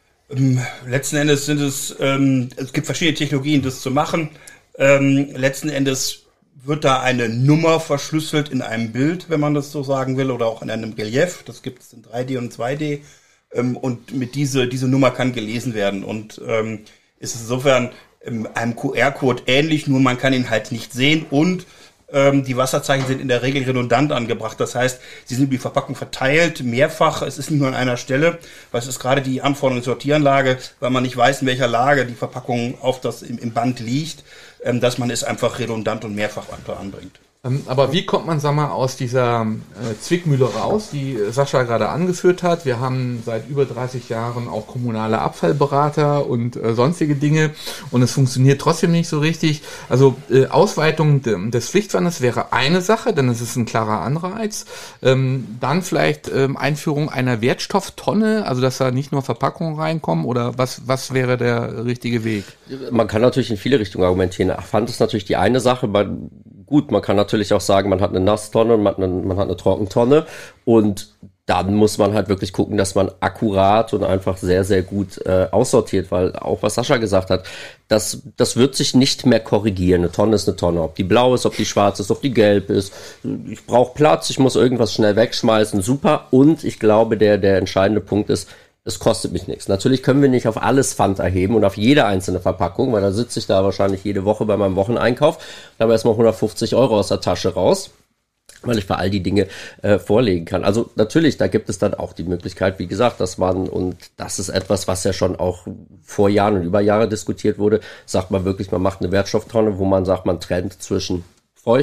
Letzten Endes es gibt verschiedene Technologien, das zu machen. Letzten Endes wird da eine Nummer verschlüsselt in einem Bild, wenn man das so sagen will, oder auch in einem Relief. Das gibt es in 3D und 2D. Und mit diese Nummer kann gelesen werden. Und ist insofern einem QR-Code ähnlich, nur man kann ihn halt nicht sehen und die Wasserzeichen sind in der Regel redundant angebracht. Das heißt, sie sind über die Verpackung verteilt, mehrfach. Es ist nicht nur an einer Stelle, weil es ist gerade die Anforderung der Sortieranlage, weil man nicht weiß, in welcher Lage die Verpackung im Band liegt, dass man es einfach redundant und mehrfach anbringt. Aber wie kommt man, sag mal, aus dieser Zwickmühle raus, die Sascha gerade angeführt hat? Wir haben seit über 30 Jahren auch kommunale Abfallberater und sonstige Dinge und es funktioniert trotzdem nicht so richtig. Also Ausweitung des Pflichtpfandes wäre eine Sache, denn es ist ein klarer Anreiz. Dann vielleicht Einführung einer Wertstofftonne, also dass da nicht nur Verpackungen reinkommen oder was wäre der richtige Weg? Man kann natürlich in viele Richtungen argumentieren. Pfand ist natürlich die eine Sache, gut, man kann natürlich auch sagen, man hat eine Nasstonne und man hat eine Trockentonne und dann muss man halt wirklich gucken, dass man akkurat und einfach sehr, sehr gut aussortiert, weil auch was Sascha gesagt hat, das wird sich nicht mehr korrigieren. Eine Tonne ist eine Tonne, ob die blau ist, ob die schwarz ist, ob die gelb ist. Ich brauche Platz, ich muss irgendwas schnell wegschmeißen, super. Und ich glaube, der entscheidende Punkt ist, es kostet mich nichts. Natürlich können wir nicht auf alles Pfand erheben und auf jede einzelne Verpackung, weil da sitze ich da wahrscheinlich jede Woche bei meinem Wocheneinkauf und habe erstmal 150 € aus der Tasche raus, weil ich für all die Dinge vorlegen kann. Also natürlich, da gibt es dann auch die Möglichkeit, wie gesagt, und das ist etwas, was ja schon auch vor Jahren und über Jahre diskutiert wurde, sagt man wirklich, man macht eine Wertstofftonne, wo man sagt, man trennt zwischen feucht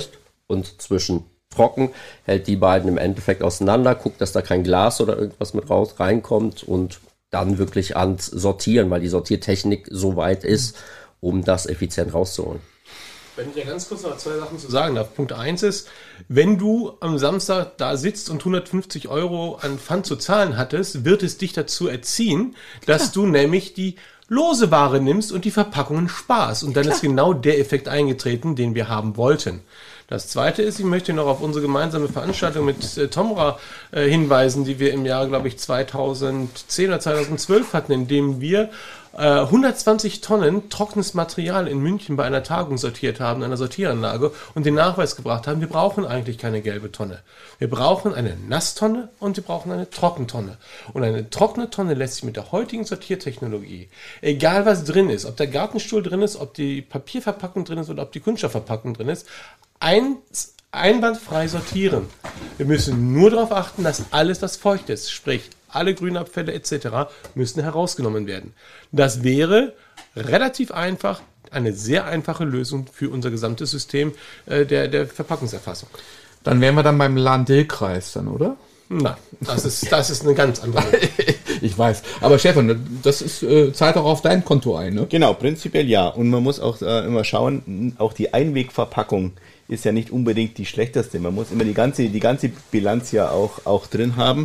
und zwischen trocken, hält die beiden im Endeffekt auseinander, guckt, dass da kein Glas oder irgendwas mit reinkommt und dann wirklich ans Sortieren, weil die Sortiertechnik so weit ist, um das effizient rauszuholen. Wenn ich ja ganz kurz noch 2 Sachen zu sagen darf. Punkt 1 ist, wenn du am Samstag da sitzt und 150 € an Pfand zu zahlen hattest, wird es dich dazu erziehen, dass du nämlich die lose Ware nimmst und die Verpackungen sparst. Und dann ist genau der Effekt eingetreten, den wir haben wollten. Das Zweite ist, ich möchte noch auf unsere gemeinsame Veranstaltung mit Tomra hinweisen, die wir im Jahr, glaube ich, 2010 oder 2012 hatten, in dem wir 120 Tonnen trockenes Material in München bei einer Tagung sortiert haben, einer Sortieranlage, und den Nachweis gebracht haben, wir brauchen eigentlich keine gelbe Tonne. Wir brauchen eine Nasstonne und wir brauchen eine Trockentonne. Und eine trockene Tonne lässt sich mit der heutigen Sortiertechnologie, egal was drin ist, ob der Gartenstuhl drin ist, ob die Papierverpackung drin ist oder ob die Kunststoffverpackung drin ist, einwandfrei sortieren. Wir müssen nur darauf achten, dass alles, was feucht ist, sprich alle Grünabfälle etc., müssen herausgenommen werden. Das wäre relativ einfach, eine sehr einfache Lösung für unser gesamtes System der Verpackungserfassung. Dann wären wir dann beim Lahn-Dill-Kreis dann, oder? Nein, das ist eine ganz andere. Ich weiß. Aber Stefan, das ist, zahlt auch auf dein Konto ein, ne? Genau, prinzipiell ja. Und man muss auch immer schauen, auch die Einwegverpackung ist ja nicht unbedingt die schlechteste. Man muss immer die ganze Bilanz ja auch drin haben,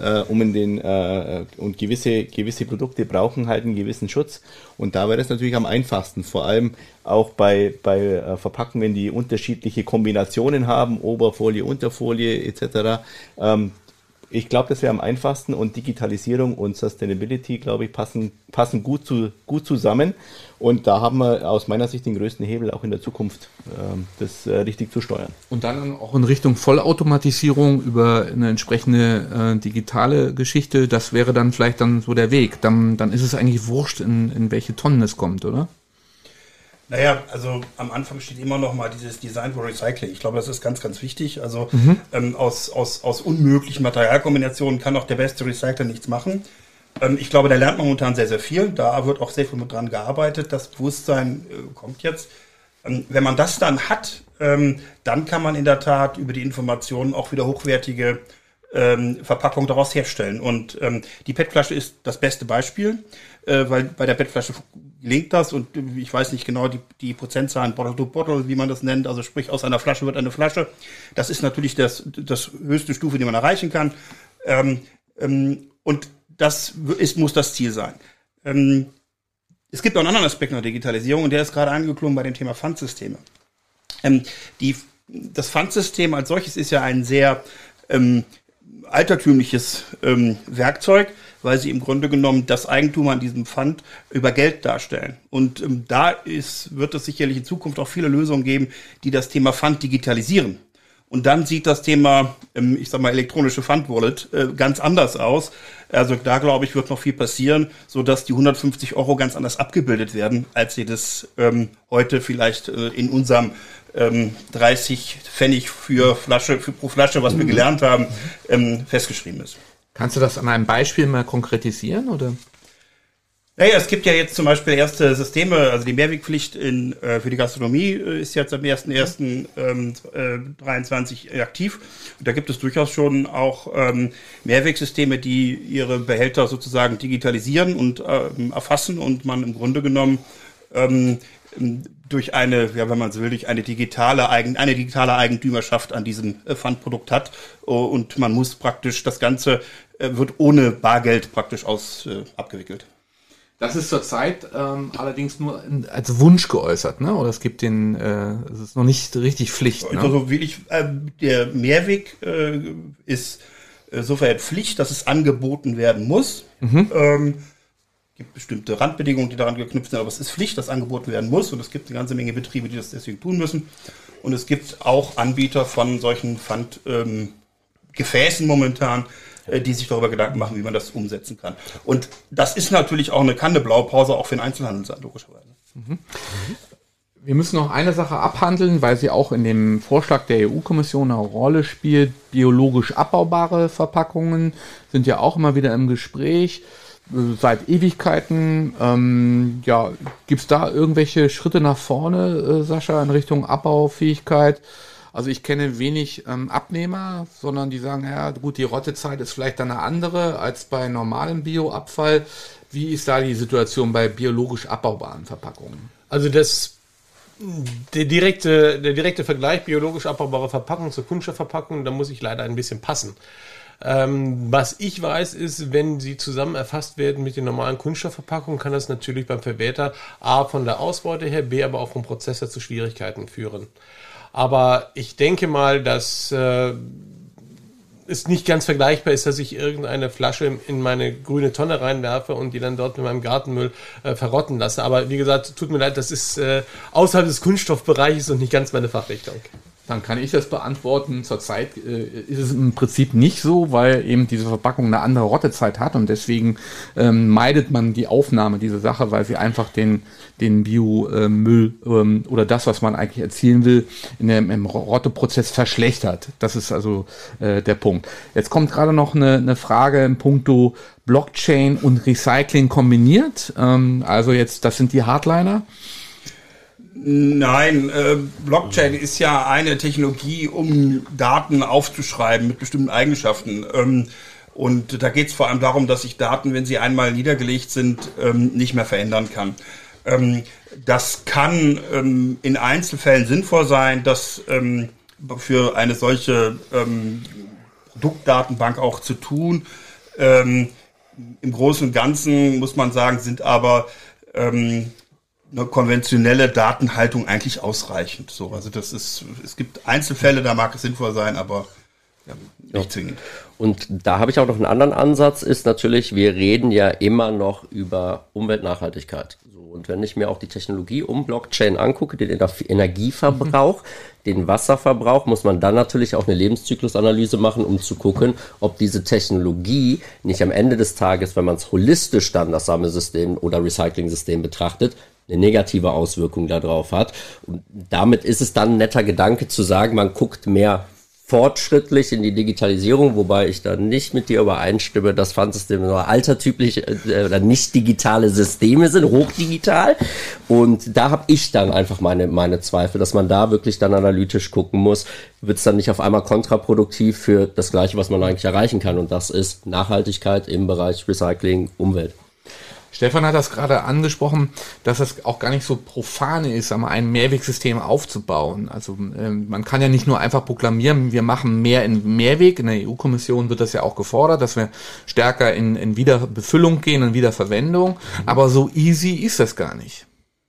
und gewisse Produkte brauchen halt einen gewissen Schutz. Und da wäre das natürlich am einfachsten, vor allem auch bei Verpackungen, die unterschiedliche Kombinationen haben, Oberfolie, Unterfolie etc. Ich glaube, das wäre am einfachsten, und Digitalisierung und Sustainability, glaube ich, passen gut zusammen. Und da haben wir aus meiner Sicht den größten Hebel auch in der Zukunft, das richtig zu steuern. Und dann auch in Richtung Vollautomatisierung über eine entsprechende digitale Geschichte, das wäre dann vielleicht dann so der Weg. Dann ist es eigentlich wurscht, in welche Tonnen es kommt, oder? Naja, also am Anfang steht immer noch mal dieses Design for Recycling. Ich glaube, das ist ganz, ganz wichtig. Also aus unmöglichen Materialkombinationen kann auch der beste Recycler nichts machen. Ich glaube, da lernt man momentan sehr, sehr viel. Da wird auch sehr viel mit dran gearbeitet. Das Bewusstsein kommt jetzt. Wenn man das dann hat, dann kann man in der Tat über die Informationen auch wieder hochwertige Verpackung daraus herstellen. Und die PET-Flasche ist das beste Beispiel, weil bei der PET-Flasche gelingt das, und ich weiß nicht genau die Prozentzahlen Bottle to Bottle, wie man das nennt, also sprich aus einer Flasche wird eine Flasche. Das ist natürlich das höchste Stufe, die man erreichen kann. Und das muss das Ziel sein. Es gibt auch einen anderen Aspekt der Digitalisierung, und der ist gerade angeklungen bei dem Thema Pfandsysteme. Das Pfandsystem als solches ist ja ein sehr altertümliches Werkzeug, weil sie im Grunde genommen das Eigentum an diesem Pfand über Geld darstellen. Und wird es sicherlich in Zukunft auch viele Lösungen geben, die das Thema Pfand digitalisieren. Und dann sieht das Thema, ich sag mal, elektronische Pfandwallet ganz anders aus. Also da, glaube ich, wird noch viel passieren, sodass die 150 € ganz anders abgebildet werden, als sie das heute vielleicht in unserem 30 Pfennig pro Flasche, was wir gelernt haben, festgeschrieben ist. Kannst du das an einem Beispiel mal konkretisieren, oder? Naja, es gibt ja jetzt zum Beispiel erste Systeme, also die Mehrwegpflicht für die Gastronomie ist jetzt am 1.1.23 aktiv. Und da gibt es durchaus schon auch Mehrwegsysteme, die ihre Behälter sozusagen digitalisieren und erfassen, und man im Grunde genommen durch eine digitale Eigentümerschaft an diesem Pfandprodukt hat, und man muss praktisch, das Ganze wird ohne Bargeld praktisch abgewickelt. Das ist zurzeit allerdings nur als Wunsch geäußert, ne? Oder es gibt es ist noch nicht richtig Pflicht. Ne? Also wirklich, der Mehrweg ist sofern Pflicht, dass es angeboten werden muss. Gibt bestimmte Randbedingungen, die daran geknüpft sind, aber es ist Pflicht, dass angeboten werden muss, und es gibt eine ganze Menge Betriebe, die das deswegen tun müssen. Und es gibt auch Anbieter von solchen Pfandgefäßen momentan, die sich darüber Gedanken machen, wie man das umsetzen kann. Und das ist natürlich auch eine Blaupause auch für den Einzelhandel sein, logischerweise. Wir müssen noch eine Sache abhandeln, weil sie auch in dem Vorschlag der EU-Kommission eine Rolle spielt. Biologisch abbaubare Verpackungen sind ja auch immer wieder im Gespräch. Seit Ewigkeiten. Gibt es da irgendwelche Schritte nach vorne, Sascha, in Richtung Abbaufähigkeit? Also ich kenne wenig Abnehmer, sondern die sagen, ja gut, die Rottezeit ist vielleicht dann eine andere als bei normalem Bioabfall. Wie ist da die Situation bei biologisch abbaubaren Verpackungen? Also der direkte Vergleich biologisch abbaubare Verpackung zur Kunststoffverpackung, da muss ich leider ein bisschen passen. Was ich weiß, ist, wenn sie zusammen erfasst werden mit den normalen Kunststoffverpackungen, kann das natürlich beim Verwerter A von der Ausbeute her, B aber auch vom Prozess her zu Schwierigkeiten führen. Aber ich denke mal, dass es nicht ganz vergleichbar ist, dass ich irgendeine Flasche in meine grüne Tonne reinwerfe und die dann dort mit meinem Gartenmüll verrotten lasse. Aber wie gesagt, tut mir leid, das ist außerhalb des Kunststoffbereiches und nicht ganz meine Fachrichtung. Dann kann ich das beantworten. Zurzeit ist es im Prinzip nicht so, weil eben diese Verpackung eine andere Rottezeit hat und deswegen meidet man die Aufnahme dieser Sache, weil sie einfach den Biomüll oder das, was man eigentlich erzielen will, im Rotteprozess verschlechtert. Das ist also der Punkt. Jetzt kommt gerade noch eine Frage in puncto Blockchain und Recycling kombiniert. Also jetzt, das sind die Hardliner. Nein, Blockchain ist ja eine Technologie, um Daten aufzuschreiben mit bestimmten Eigenschaften. Und da geht es vor allem darum, dass ich Daten, wenn sie einmal niedergelegt sind, nicht mehr verändern kann. Das kann in Einzelfällen sinnvoll sein, das für eine solche Produktdatenbank auch zu tun. Im Großen und Ganzen muss man sagen, sind aber eine konventionelle Datenhaltung eigentlich ausreichend. So, also es gibt Einzelfälle, da mag es sinnvoll sein, aber nicht zwingend. Und da habe ich auch noch einen anderen Ansatz, ist natürlich, wir reden ja immer noch über Umweltnachhaltigkeit. So, und wenn ich mir auch die Technologie um Blockchain angucke, den Energieverbrauch, den Wasserverbrauch, muss man dann natürlich auch eine Lebenszyklusanalyse machen, um zu gucken, ob diese Technologie nicht am Ende des Tages, wenn man es holistisch dann das Sammelsystem oder Recycling-System betrachtet, eine negative Auswirkung darauf hat. Und damit ist es dann ein netter Gedanke zu sagen, man guckt mehr fortschrittlich in die Digitalisierung, wobei ich da nicht mit dir übereinstimme, dass Pfandsysteme nur altertümliche oder nicht digitale Systeme sind, hochdigital. Und da habe ich dann einfach meine Zweifel, dass man da wirklich dann analytisch gucken muss, wird es dann nicht auf einmal kontraproduktiv für das Gleiche, was man eigentlich erreichen kann. Und das ist Nachhaltigkeit im Bereich Recycling, Umwelt. Stefan hat das gerade angesprochen, dass es auch gar nicht so profane ist, ein Mehrwegsystem aufzubauen. Also man kann ja nicht nur einfach proklamieren, wir machen mehr in Mehrweg. In der EU-Kommission wird das ja auch gefordert, dass wir stärker in Wiederbefüllung gehen und Wiederverwendung. Aber so easy ist das gar nicht.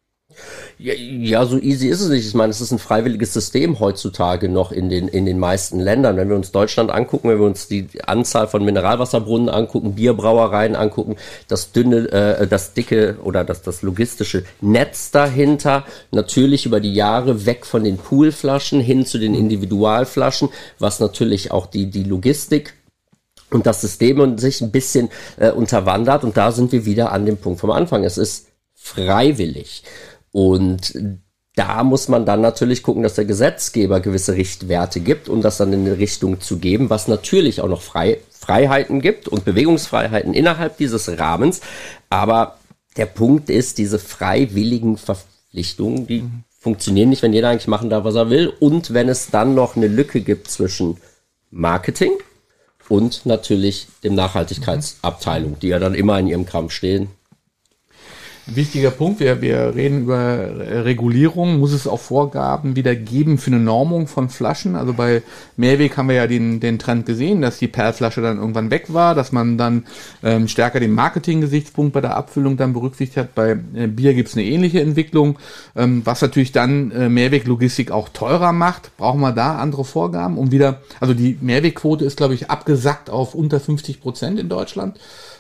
Ja, so easy ist es nicht. Ich meine, es ist ein freiwilliges System heutzutage noch in den meisten Ländern. Wenn wir uns Deutschland angucken, wenn wir uns die Anzahl von Mineralwasserbrunnen angucken, Bierbrauereien angucken, das dicke oder das logistische Netz dahinter, natürlich über die Jahre weg von den Poolflaschen hin zu den Individualflaschen, was natürlich auch die Logistik und das System sich ein bisschen unterwandert. Und da sind wir wieder an dem Punkt vom Anfang. Es ist freiwillig. Und da muss man dann natürlich gucken, dass der Gesetzgeber gewisse Richtwerte gibt, um das dann in eine Richtung zu geben, was natürlich auch noch Freiheiten gibt und Bewegungsfreiheiten innerhalb dieses Rahmens. Aber der Punkt ist, diese freiwilligen Verpflichtungen, die funktionieren nicht, wenn jeder eigentlich machen darf, was er will. Und wenn es dann noch eine Lücke gibt zwischen Marketing und natürlich dem Nachhaltigkeitsabteilung, die ja dann immer in ihrem Kram stehen. Wichtiger Punkt, wir reden über Regulierung, muss es auch Vorgaben wieder geben für eine Normung von Flaschen. Also bei Mehrweg haben wir ja den Trend gesehen, dass die Perlflasche dann irgendwann weg war, dass man dann stärker den Marketing-Gesichtspunkt bei der Abfüllung dann berücksichtigt hat. Bei Bier gibt es eine ähnliche Entwicklung, was natürlich dann Mehrweg-Logistik auch teurer macht. Brauchen wir da andere Vorgaben, um wieder, also die Mehrwegquote ist, glaube ich, abgesackt auf unter 50% in Deutschland.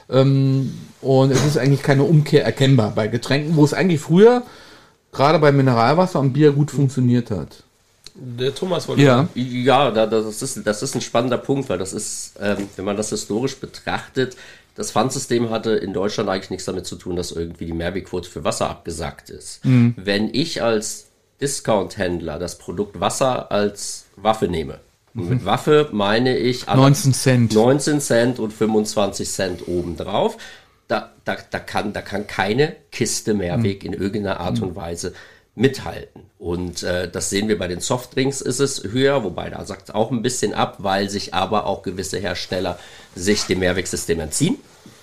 Und es ist eigentlich keine Umkehr erkennbar bei Getränken, wo es eigentlich früher gerade bei Mineralwasser und Bier gut funktioniert hat. Der Thomas wollte das ist ein spannender Punkt, weil das ist, wenn man das historisch betrachtet, das Pfandsystem hatte in Deutschland eigentlich nichts damit zu tun, dass irgendwie die Mehrwegquote für Wasser abgesackt ist. Wenn ich als Discount-Händler das Produkt Wasser als Waffe nehme, und mit Waffe meine ich 19 Cent und 25 Cent obendrauf. Da kann keine Kiste Mehrweg in irgendeiner Art und Weise mithalten. Und das sehen wir bei den Softdrinks, ist es höher, wobei da sagt es auch ein bisschen ab, weil sich aber auch gewisse Hersteller sich dem Mehrwegsystem entziehen.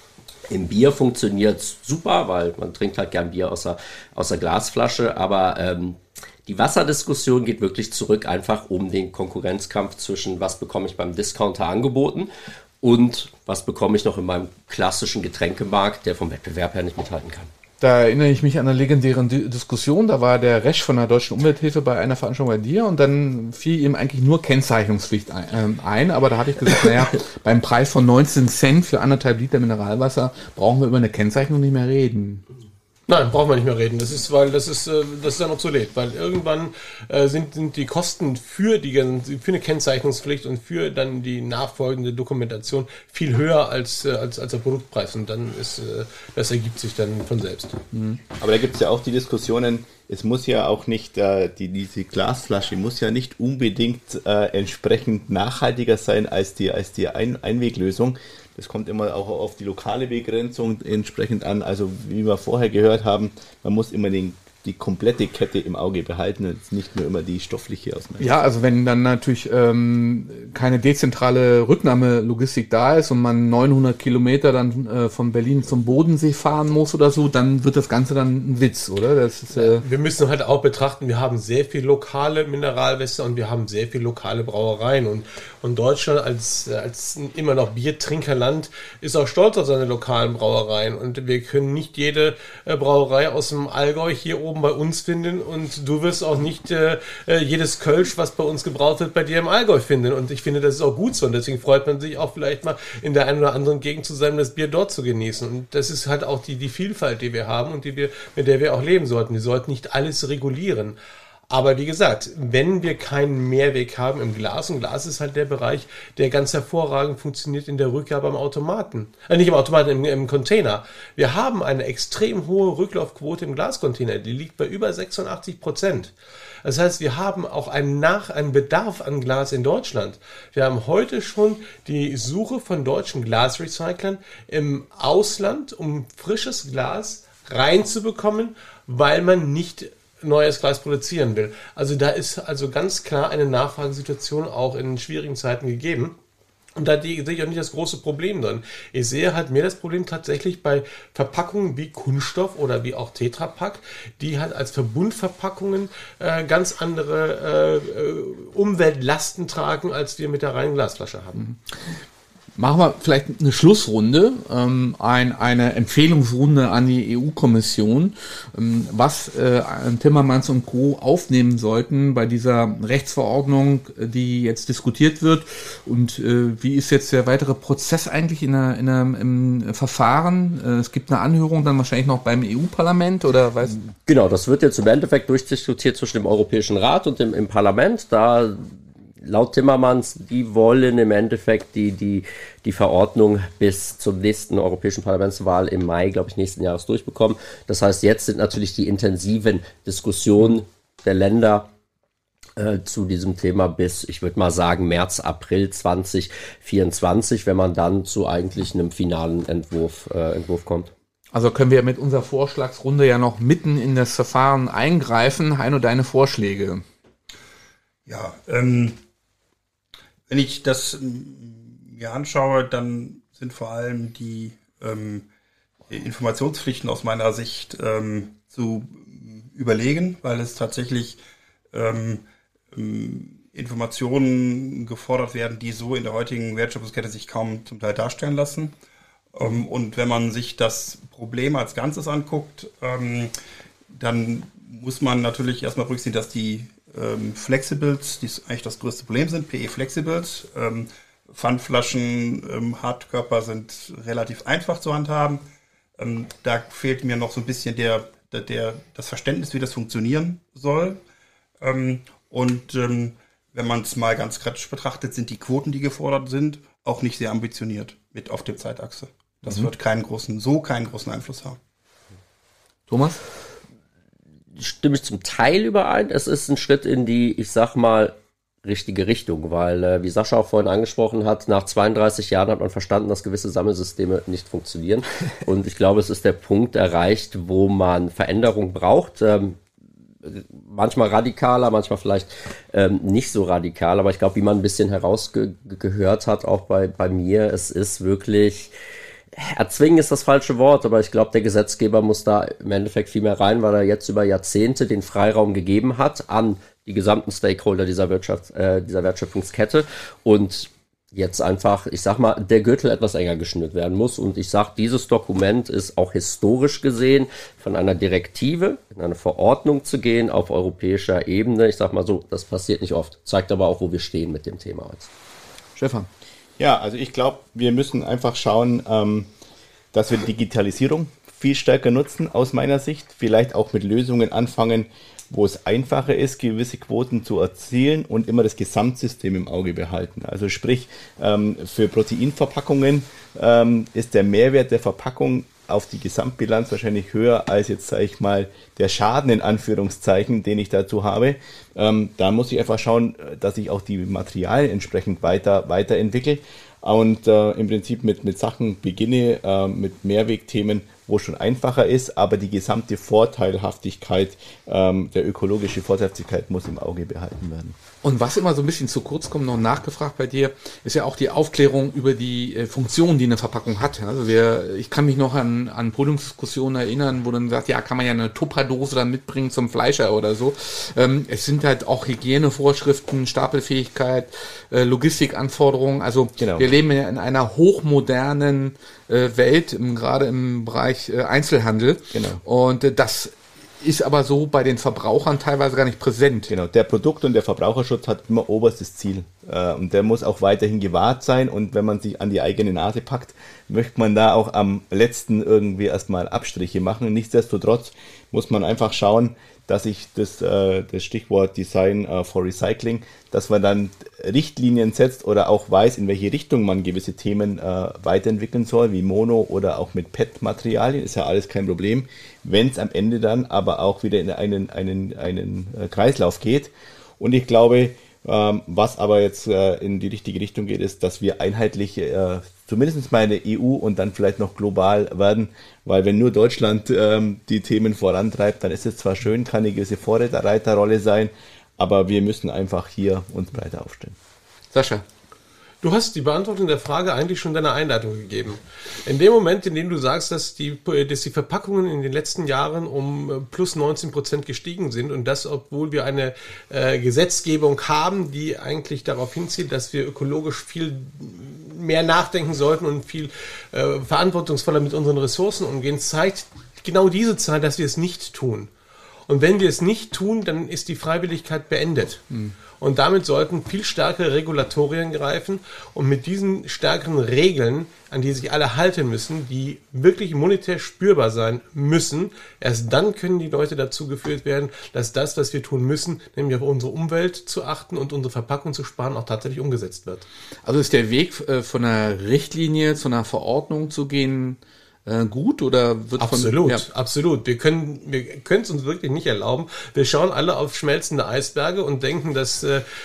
Im Bier funktioniert es super, weil man trinkt halt gern Bier aus der Glasflasche, aber die Wasserdiskussion geht wirklich zurück einfach um den Konkurrenzkampf zwischen was bekomme ich beim Discounter angeboten und was bekomme ich noch in meinem klassischen Getränkemarkt, der vom Wettbewerb her nicht mithalten kann. Da erinnere ich mich an eine legendären Diskussion, da war der Resch von der Deutschen Umwelthilfe bei einer Veranstaltung bei dir und dann fiel ihm eigentlich nur Kennzeichnungspflicht ein, aber da hatte ich gesagt, naja, beim Preis von 19 Cent für 1,5 Liter Mineralwasser brauchen wir über eine Kennzeichnung nicht mehr reden. Nein, brauchen wir nicht mehr reden. Das ist dann obsolet, weil irgendwann sind die Kosten für eine Kennzeichnungspflicht und für dann die nachfolgende Dokumentation viel höher als der Produktpreis und dann das ergibt sich dann von selbst. Aber da gibt es ja auch die Diskussionen, es muss ja auch nicht, diese Glasflasche muss ja nicht unbedingt entsprechend nachhaltiger sein als die Einweglösung. Das kommt immer auch auf die lokale Begrenzung entsprechend an. Also wie wir vorher gehört haben, man muss immer die komplette Kette im Auge behalten und nicht nur immer die stoffliche Ausnahme. Ja, also wenn dann natürlich keine dezentrale Rücknahmelogistik da ist und man 900 Kilometer dann von Berlin zum Bodensee fahren muss oder so, dann wird das Ganze dann ein Witz, oder? Das ist, wir müssen halt auch betrachten, wir haben sehr viel lokale Mineralwässer und wir haben sehr viel lokale Brauereien und Deutschland als immer noch Biertrinkerland ist auch stolz auf seine lokalen Brauereien und wir können nicht jede Brauerei aus dem Allgäu hier oben bei uns finden und du wirst auch nicht jedes Kölsch, was bei uns gebraut wird, bei dir im Allgäu finden und ich finde, das ist auch gut so und deswegen freut man sich auch vielleicht mal in der einen oder anderen Gegend zu sein, das Bier dort zu genießen und das ist halt auch die Vielfalt, die wir haben und mit der wir auch leben sollten. Wir sollten nicht alles regulieren. Aber wie gesagt, wenn wir keinen Mehrweg haben im Glas, und Glas ist halt der Bereich, der ganz hervorragend funktioniert in der Rückgabe am Automaten. Nicht im Automaten, im Container. Wir haben eine extrem hohe Rücklaufquote im Glascontainer, die liegt bei über 86%. Das heißt, wir haben auch einen Bedarf an Glas in Deutschland. Wir haben heute schon die Suche von deutschen Glasrecyclern im Ausland, um frisches Glas reinzubekommen, weil man nicht neues Glas produzieren will. Also da ist also ganz klar eine Nachfragesituation auch in schwierigen Zeiten gegeben. Und da sehe ich auch nicht das große Problem drin. Ich sehe halt mehr das Problem tatsächlich bei Verpackungen wie Kunststoff oder wie auch Tetra Pak, die halt als Verbundverpackungen ganz andere Umweltlasten tragen, als wir mit der reinen Glasflasche haben. Machen wir vielleicht eine Schlussrunde, eine Empfehlungsrunde an die EU-Kommission, was Timmermans und Co. aufnehmen sollten bei dieser Rechtsverordnung, die jetzt diskutiert wird. Und wie ist jetzt der weitere Prozess eigentlich im Verfahren? Es gibt eine Anhörung dann wahrscheinlich noch beim EU-Parlament oder was? Genau, das wird jetzt im Endeffekt durchdiskutiert zwischen dem Europäischen Rat und im Parlament. Da laut Timmermans, die wollen im Endeffekt die Verordnung bis zur nächsten Europäischen Parlamentswahl im Mai, glaube ich, nächsten Jahres durchbekommen. Das heißt, jetzt sind natürlich die intensiven Diskussionen der Länder zu diesem Thema bis, ich würde mal sagen, März, April 2024, wenn man dann zu eigentlich einem finalen Entwurf kommt. Also können wir mit unserer Vorschlagsrunde ja noch mitten in das Verfahren eingreifen. Heino, deine Vorschläge? Ja, wenn ich das mir anschaue, dann sind vor allem die Informationspflichten aus meiner Sicht zu überlegen, weil es tatsächlich Informationen gefordert werden, die so in der heutigen Wertschöpfungskette sich kaum zum Teil darstellen lassen. Und wenn man sich das Problem als Ganzes anguckt, dann muss man natürlich erstmal berücksichtigen, dass die Flexibles, die eigentlich das größte Problem sind, PE-Flexibles. Pfandflaschen, Hartkörper sind relativ einfach zu handhaben. Da fehlt mir noch so ein bisschen das Verständnis, wie das funktionieren soll. Und wenn man es mal ganz kritisch betrachtet, sind die Quoten, die gefordert sind, auch nicht sehr ambitioniert mit auf der Zeitachse. Das wird keinen großen Einfluss haben. Thomas? Stimme ich zum Teil überein. Es ist ein Schritt in die, ich sag mal, richtige Richtung, weil, wie Sascha auch vorhin angesprochen hat, nach 32 Jahren hat man verstanden, dass gewisse Sammelsysteme nicht funktionieren. Und ich glaube, es ist der Punkt erreicht, wo man Veränderung braucht. manchmal radikaler, manchmal vielleicht nicht so radikal, aber ich glaube, wie man ein bisschen herausgehört hat, auch bei mir, es ist wirklich, erzwingen ist das falsche Wort, aber ich glaube, der Gesetzgeber muss da im Endeffekt viel mehr rein, weil er jetzt über Jahrzehnte den Freiraum gegeben hat an die gesamten Stakeholder dieser Wertschöpfungskette und jetzt einfach, ich sag mal, der Gürtel etwas enger geschnürt werden muss. Und ich sag, dieses Dokument ist auch historisch gesehen von einer Direktive in eine Verordnung zu gehen auf europäischer Ebene. Ich sag mal so, das passiert nicht oft. Zeigt aber auch, wo wir stehen mit dem Thema jetzt. Stefan. Ja, also ich glaube, wir müssen einfach schauen, dass wir Digitalisierung viel stärker nutzen, aus meiner Sicht. Vielleicht auch mit Lösungen anfangen, wo es einfacher ist, gewisse Quoten zu erzielen und immer das Gesamtsystem im Auge behalten. Also sprich, für Proteinverpackungen ist der Mehrwert der Verpackung auf die Gesamtbilanz wahrscheinlich höher als jetzt, sage ich mal, der Schaden in Anführungszeichen, den ich dazu habe. Da muss ich einfach schauen, dass ich auch die Materialien entsprechend weiterentwickle und im Prinzip mit Sachen beginne, mit Mehrwegthemen, wo es schon einfacher ist, aber die gesamte Vorteilhaftigkeit, der ökologische Vorteilhaftigkeit muss im Auge behalten werden. Und was immer so ein bisschen zu kurz kommt, noch nachgefragt bei dir, ist ja auch die Aufklärung über die Funktion, die eine Verpackung hat. Also ich kann mich noch an Podiumsdiskussionen erinnern, wo dann sagt, ja, kann man ja eine Tupperdose dann mitbringen zum Fleischer oder so. Es sind halt auch Hygienevorschriften, Stapelfähigkeit, Logistikanforderungen. Also genau. Wir leben ja in einer hochmodernen Welt, gerade im Bereich Einzelhandel. Genau. Und das ist aber so bei den Verbrauchern teilweise gar nicht präsent. Genau, der Produkt- und der Verbraucherschutz hat immer oberstes Ziel. Und der muss auch weiterhin gewahrt sein. Und wenn man sich an die eigene Nase packt, möchte man da auch am letzten irgendwie erstmal Abstriche machen. Nichtsdestotrotz muss man einfach schauen, dass ich das Stichwort Design for Recycling, dass man dann Richtlinien setzt oder auch weiß, in welche Richtung man gewisse Themen weiterentwickeln soll, wie Mono oder auch mit PET-Materialien, ist ja alles kein Problem, wenn es am Ende dann aber auch wieder in einen Kreislauf geht. Und ich glaube, was aber jetzt in die richtige Richtung geht, ist, dass wir einheitlich zumindest mal in der EU und dann vielleicht noch global werden, weil wenn nur Deutschland die Themen vorantreibt, dann ist es zwar schön, kann eine gewisse Vorreiterrolle sein, aber wir müssen einfach hier uns breiter aufstellen. Sascha. Du hast die Beantwortung der Frage eigentlich schon in deiner Einleitung gegeben. In dem Moment, in dem du sagst, dass die Verpackungen in den letzten Jahren um plus 19% gestiegen sind und das, obwohl wir eine Gesetzgebung haben, die eigentlich darauf hinzielt, dass wir ökologisch viel mehr nachdenken sollten und viel verantwortungsvoller mit unseren Ressourcen umgehen, zeigt genau diese Zahl, dass wir es nicht tun. Und wenn wir es nicht tun, dann ist die Freiwilligkeit beendet. Und damit sollten viel stärkere Regulatorien greifen und mit diesen stärkeren Regeln, an die sich alle halten müssen, die wirklich monetär spürbar sein müssen, erst dann können die Leute dazu geführt werden, dass das, was wir tun müssen, nämlich auf unsere Umwelt zu achten und unsere Verpackung zu sparen, auch tatsächlich umgesetzt wird. Also ist der Weg von einer Richtlinie zu einer Verordnung zu gehen gut oder wird Absolut. Wir können es uns wirklich nicht erlauben. Wir schauen alle auf schmelzende Eisberge und denken, dass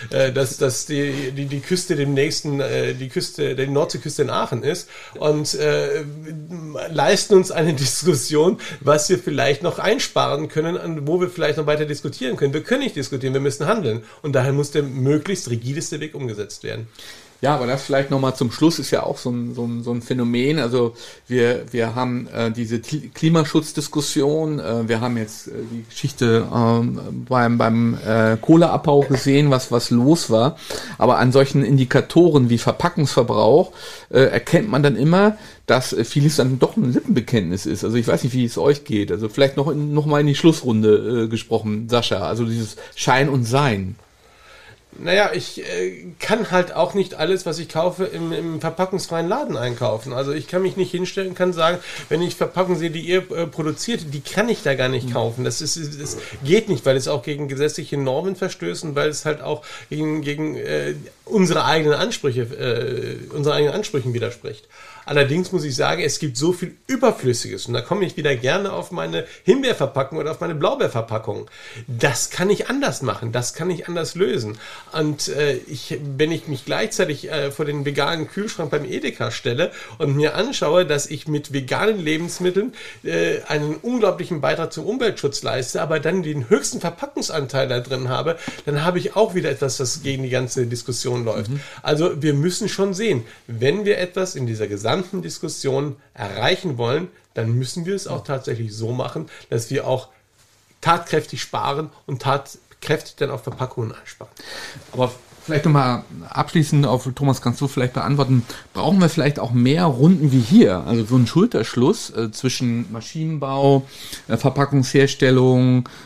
die Küste demnächst die Nordseeküste in Aachen ist und leisten uns eine Diskussion, was wir vielleicht noch einsparen können, wo wir vielleicht noch weiter diskutieren können. Wir können nicht diskutieren, wir müssen handeln und daher muss der möglichst rigideste Weg umgesetzt werden. Ja, aber das vielleicht nochmal zum Schluss ist ja auch so ein Phänomen. Also wir haben diese Klimaschutzdiskussion, wir haben jetzt die Geschichte beim Kohleabbau gesehen, was los war. Aber an solchen Indikatoren wie Verpackungsverbrauch erkennt man dann immer, dass vieles dann doch ein Lippenbekenntnis ist. Also ich weiß nicht, wie es euch geht. Also vielleicht noch mal in die Schlussrunde gesprochen, Sascha. Also dieses Schein und Sein. Naja, ich kann halt auch nicht alles, was ich kaufe, im verpackungsfreien Laden einkaufen. Also ich kann mich nicht hinstellen und kann sagen, wenn ich Verpackungen sehe, die ihr produziert, die kann ich da gar nicht kaufen. Das geht nicht, weil es auch gegen gesetzliche Normen verstößt und weil es halt auch gegen unsere eigenen Ansprüchen widerspricht. Allerdings muss ich sagen, es gibt so viel Überflüssiges und da komme ich wieder gerne auf meine Himbeerverpackung oder auf meine Blaubeerverpackung. Das kann ich anders machen, das kann ich anders lösen. Und wenn ich mich gleichzeitig vor den veganen Kühlschrank beim Edeka stelle und mir anschaue, dass ich mit veganen Lebensmitteln einen unglaublichen Beitrag zum Umweltschutz leiste, aber dann den höchsten Verpackungsanteil da drin habe, dann habe ich auch wieder etwas, das gegen die ganze Diskussion läuft. Also wir müssen schon sehen, wenn wir etwas in dieser gesamten Diskussion erreichen wollen, dann müssen wir es auch tatsächlich so machen, dass wir auch tatkräftig sparen und tatkräftig dann auf Verpackungen einsparen. Aber vielleicht nochmal abschließend auf, Thomas, kannst du vielleicht beantworten, brauchen wir vielleicht auch mehr Runden wie hier? Also so einen Schulterschluss zwischen Maschinenbau, Verpackungsherstellung,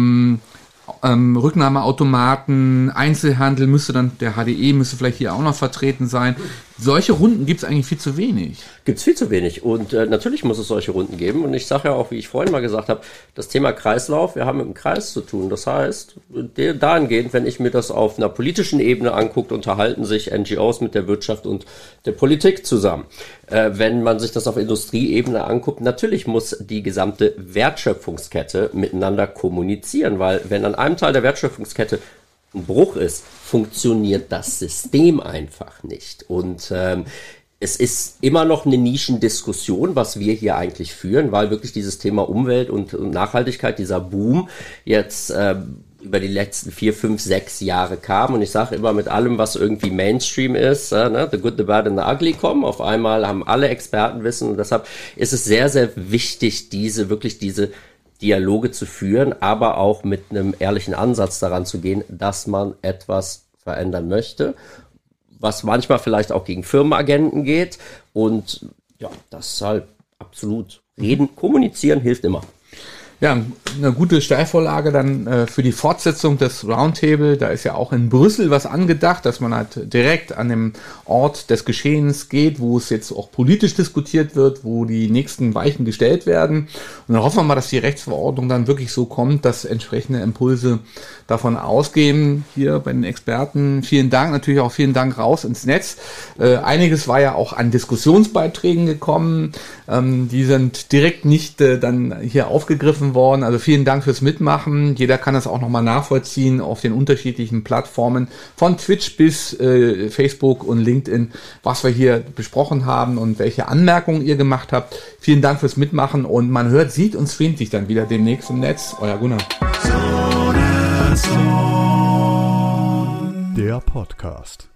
Rücknahmeautomaten, Einzelhandel der HDE müsste vielleicht hier auch noch vertreten sein. Solche Runden gibt es eigentlich viel zu wenig. Gibt es viel zu wenig und natürlich muss es solche Runden geben und ich sage ja auch, wie ich vorhin mal gesagt habe, das Thema Kreislauf, wir haben mit dem Kreis zu tun. Das heißt, dahingehend, wenn ich mir das auf einer politischen Ebene angucke, unterhalten sich NGOs mit der Wirtschaft und der Politik zusammen. Wenn man sich das auf Industrieebene anguckt, natürlich muss die gesamte Wertschöpfungskette miteinander kommunizieren, weil wenn an einem Teil der Wertschöpfungskette ein Bruch ist, funktioniert das System einfach nicht. Und es ist immer noch eine Nischendiskussion, was wir hier eigentlich führen, weil wirklich dieses Thema Umwelt und Nachhaltigkeit, dieser Boom jetzt über die letzten 4, 5, 6 Jahre kam. Und ich sage immer, mit allem, was irgendwie Mainstream ist, the good, the bad and the ugly kommen. Auf einmal haben alle Experten Wissen. Und deshalb ist es sehr, sehr wichtig, diese Dialoge zu führen, aber auch mit einem ehrlichen Ansatz daran zu gehen, dass man etwas verändern möchte, was manchmal vielleicht auch gegen Firmenagenten geht. Und ja, deshalb absolut reden, kommunizieren hilft immer. Ja, eine gute Steilvorlage dann für die Fortsetzung des Roundtable. Da ist ja auch in Brüssel was angedacht, dass man halt direkt an dem Ort des Geschehens geht, wo es jetzt auch politisch diskutiert wird, wo die nächsten Weichen gestellt werden. Und dann hoffen wir mal, dass die Rechtsverordnung dann wirklich so kommt, dass entsprechende Impulse davon ausgehen. Hier bei den Experten vielen Dank, natürlich auch vielen Dank raus ins Netz. Einiges war ja auch an Diskussionsbeiträgen gekommen. Die sind direkt nicht dann hier aufgegriffen worden. Also vielen Dank fürs Mitmachen. Jeder kann das auch nochmal nachvollziehen auf den unterschiedlichen Plattformen von Twitch bis Facebook und LinkedIn, was wir hier besprochen haben und welche Anmerkungen ihr gemacht habt. Vielen Dank fürs Mitmachen und man hört, sieht und streamt sich dann wieder demnächst im Netz. Euer Gunnar. Der Podcast.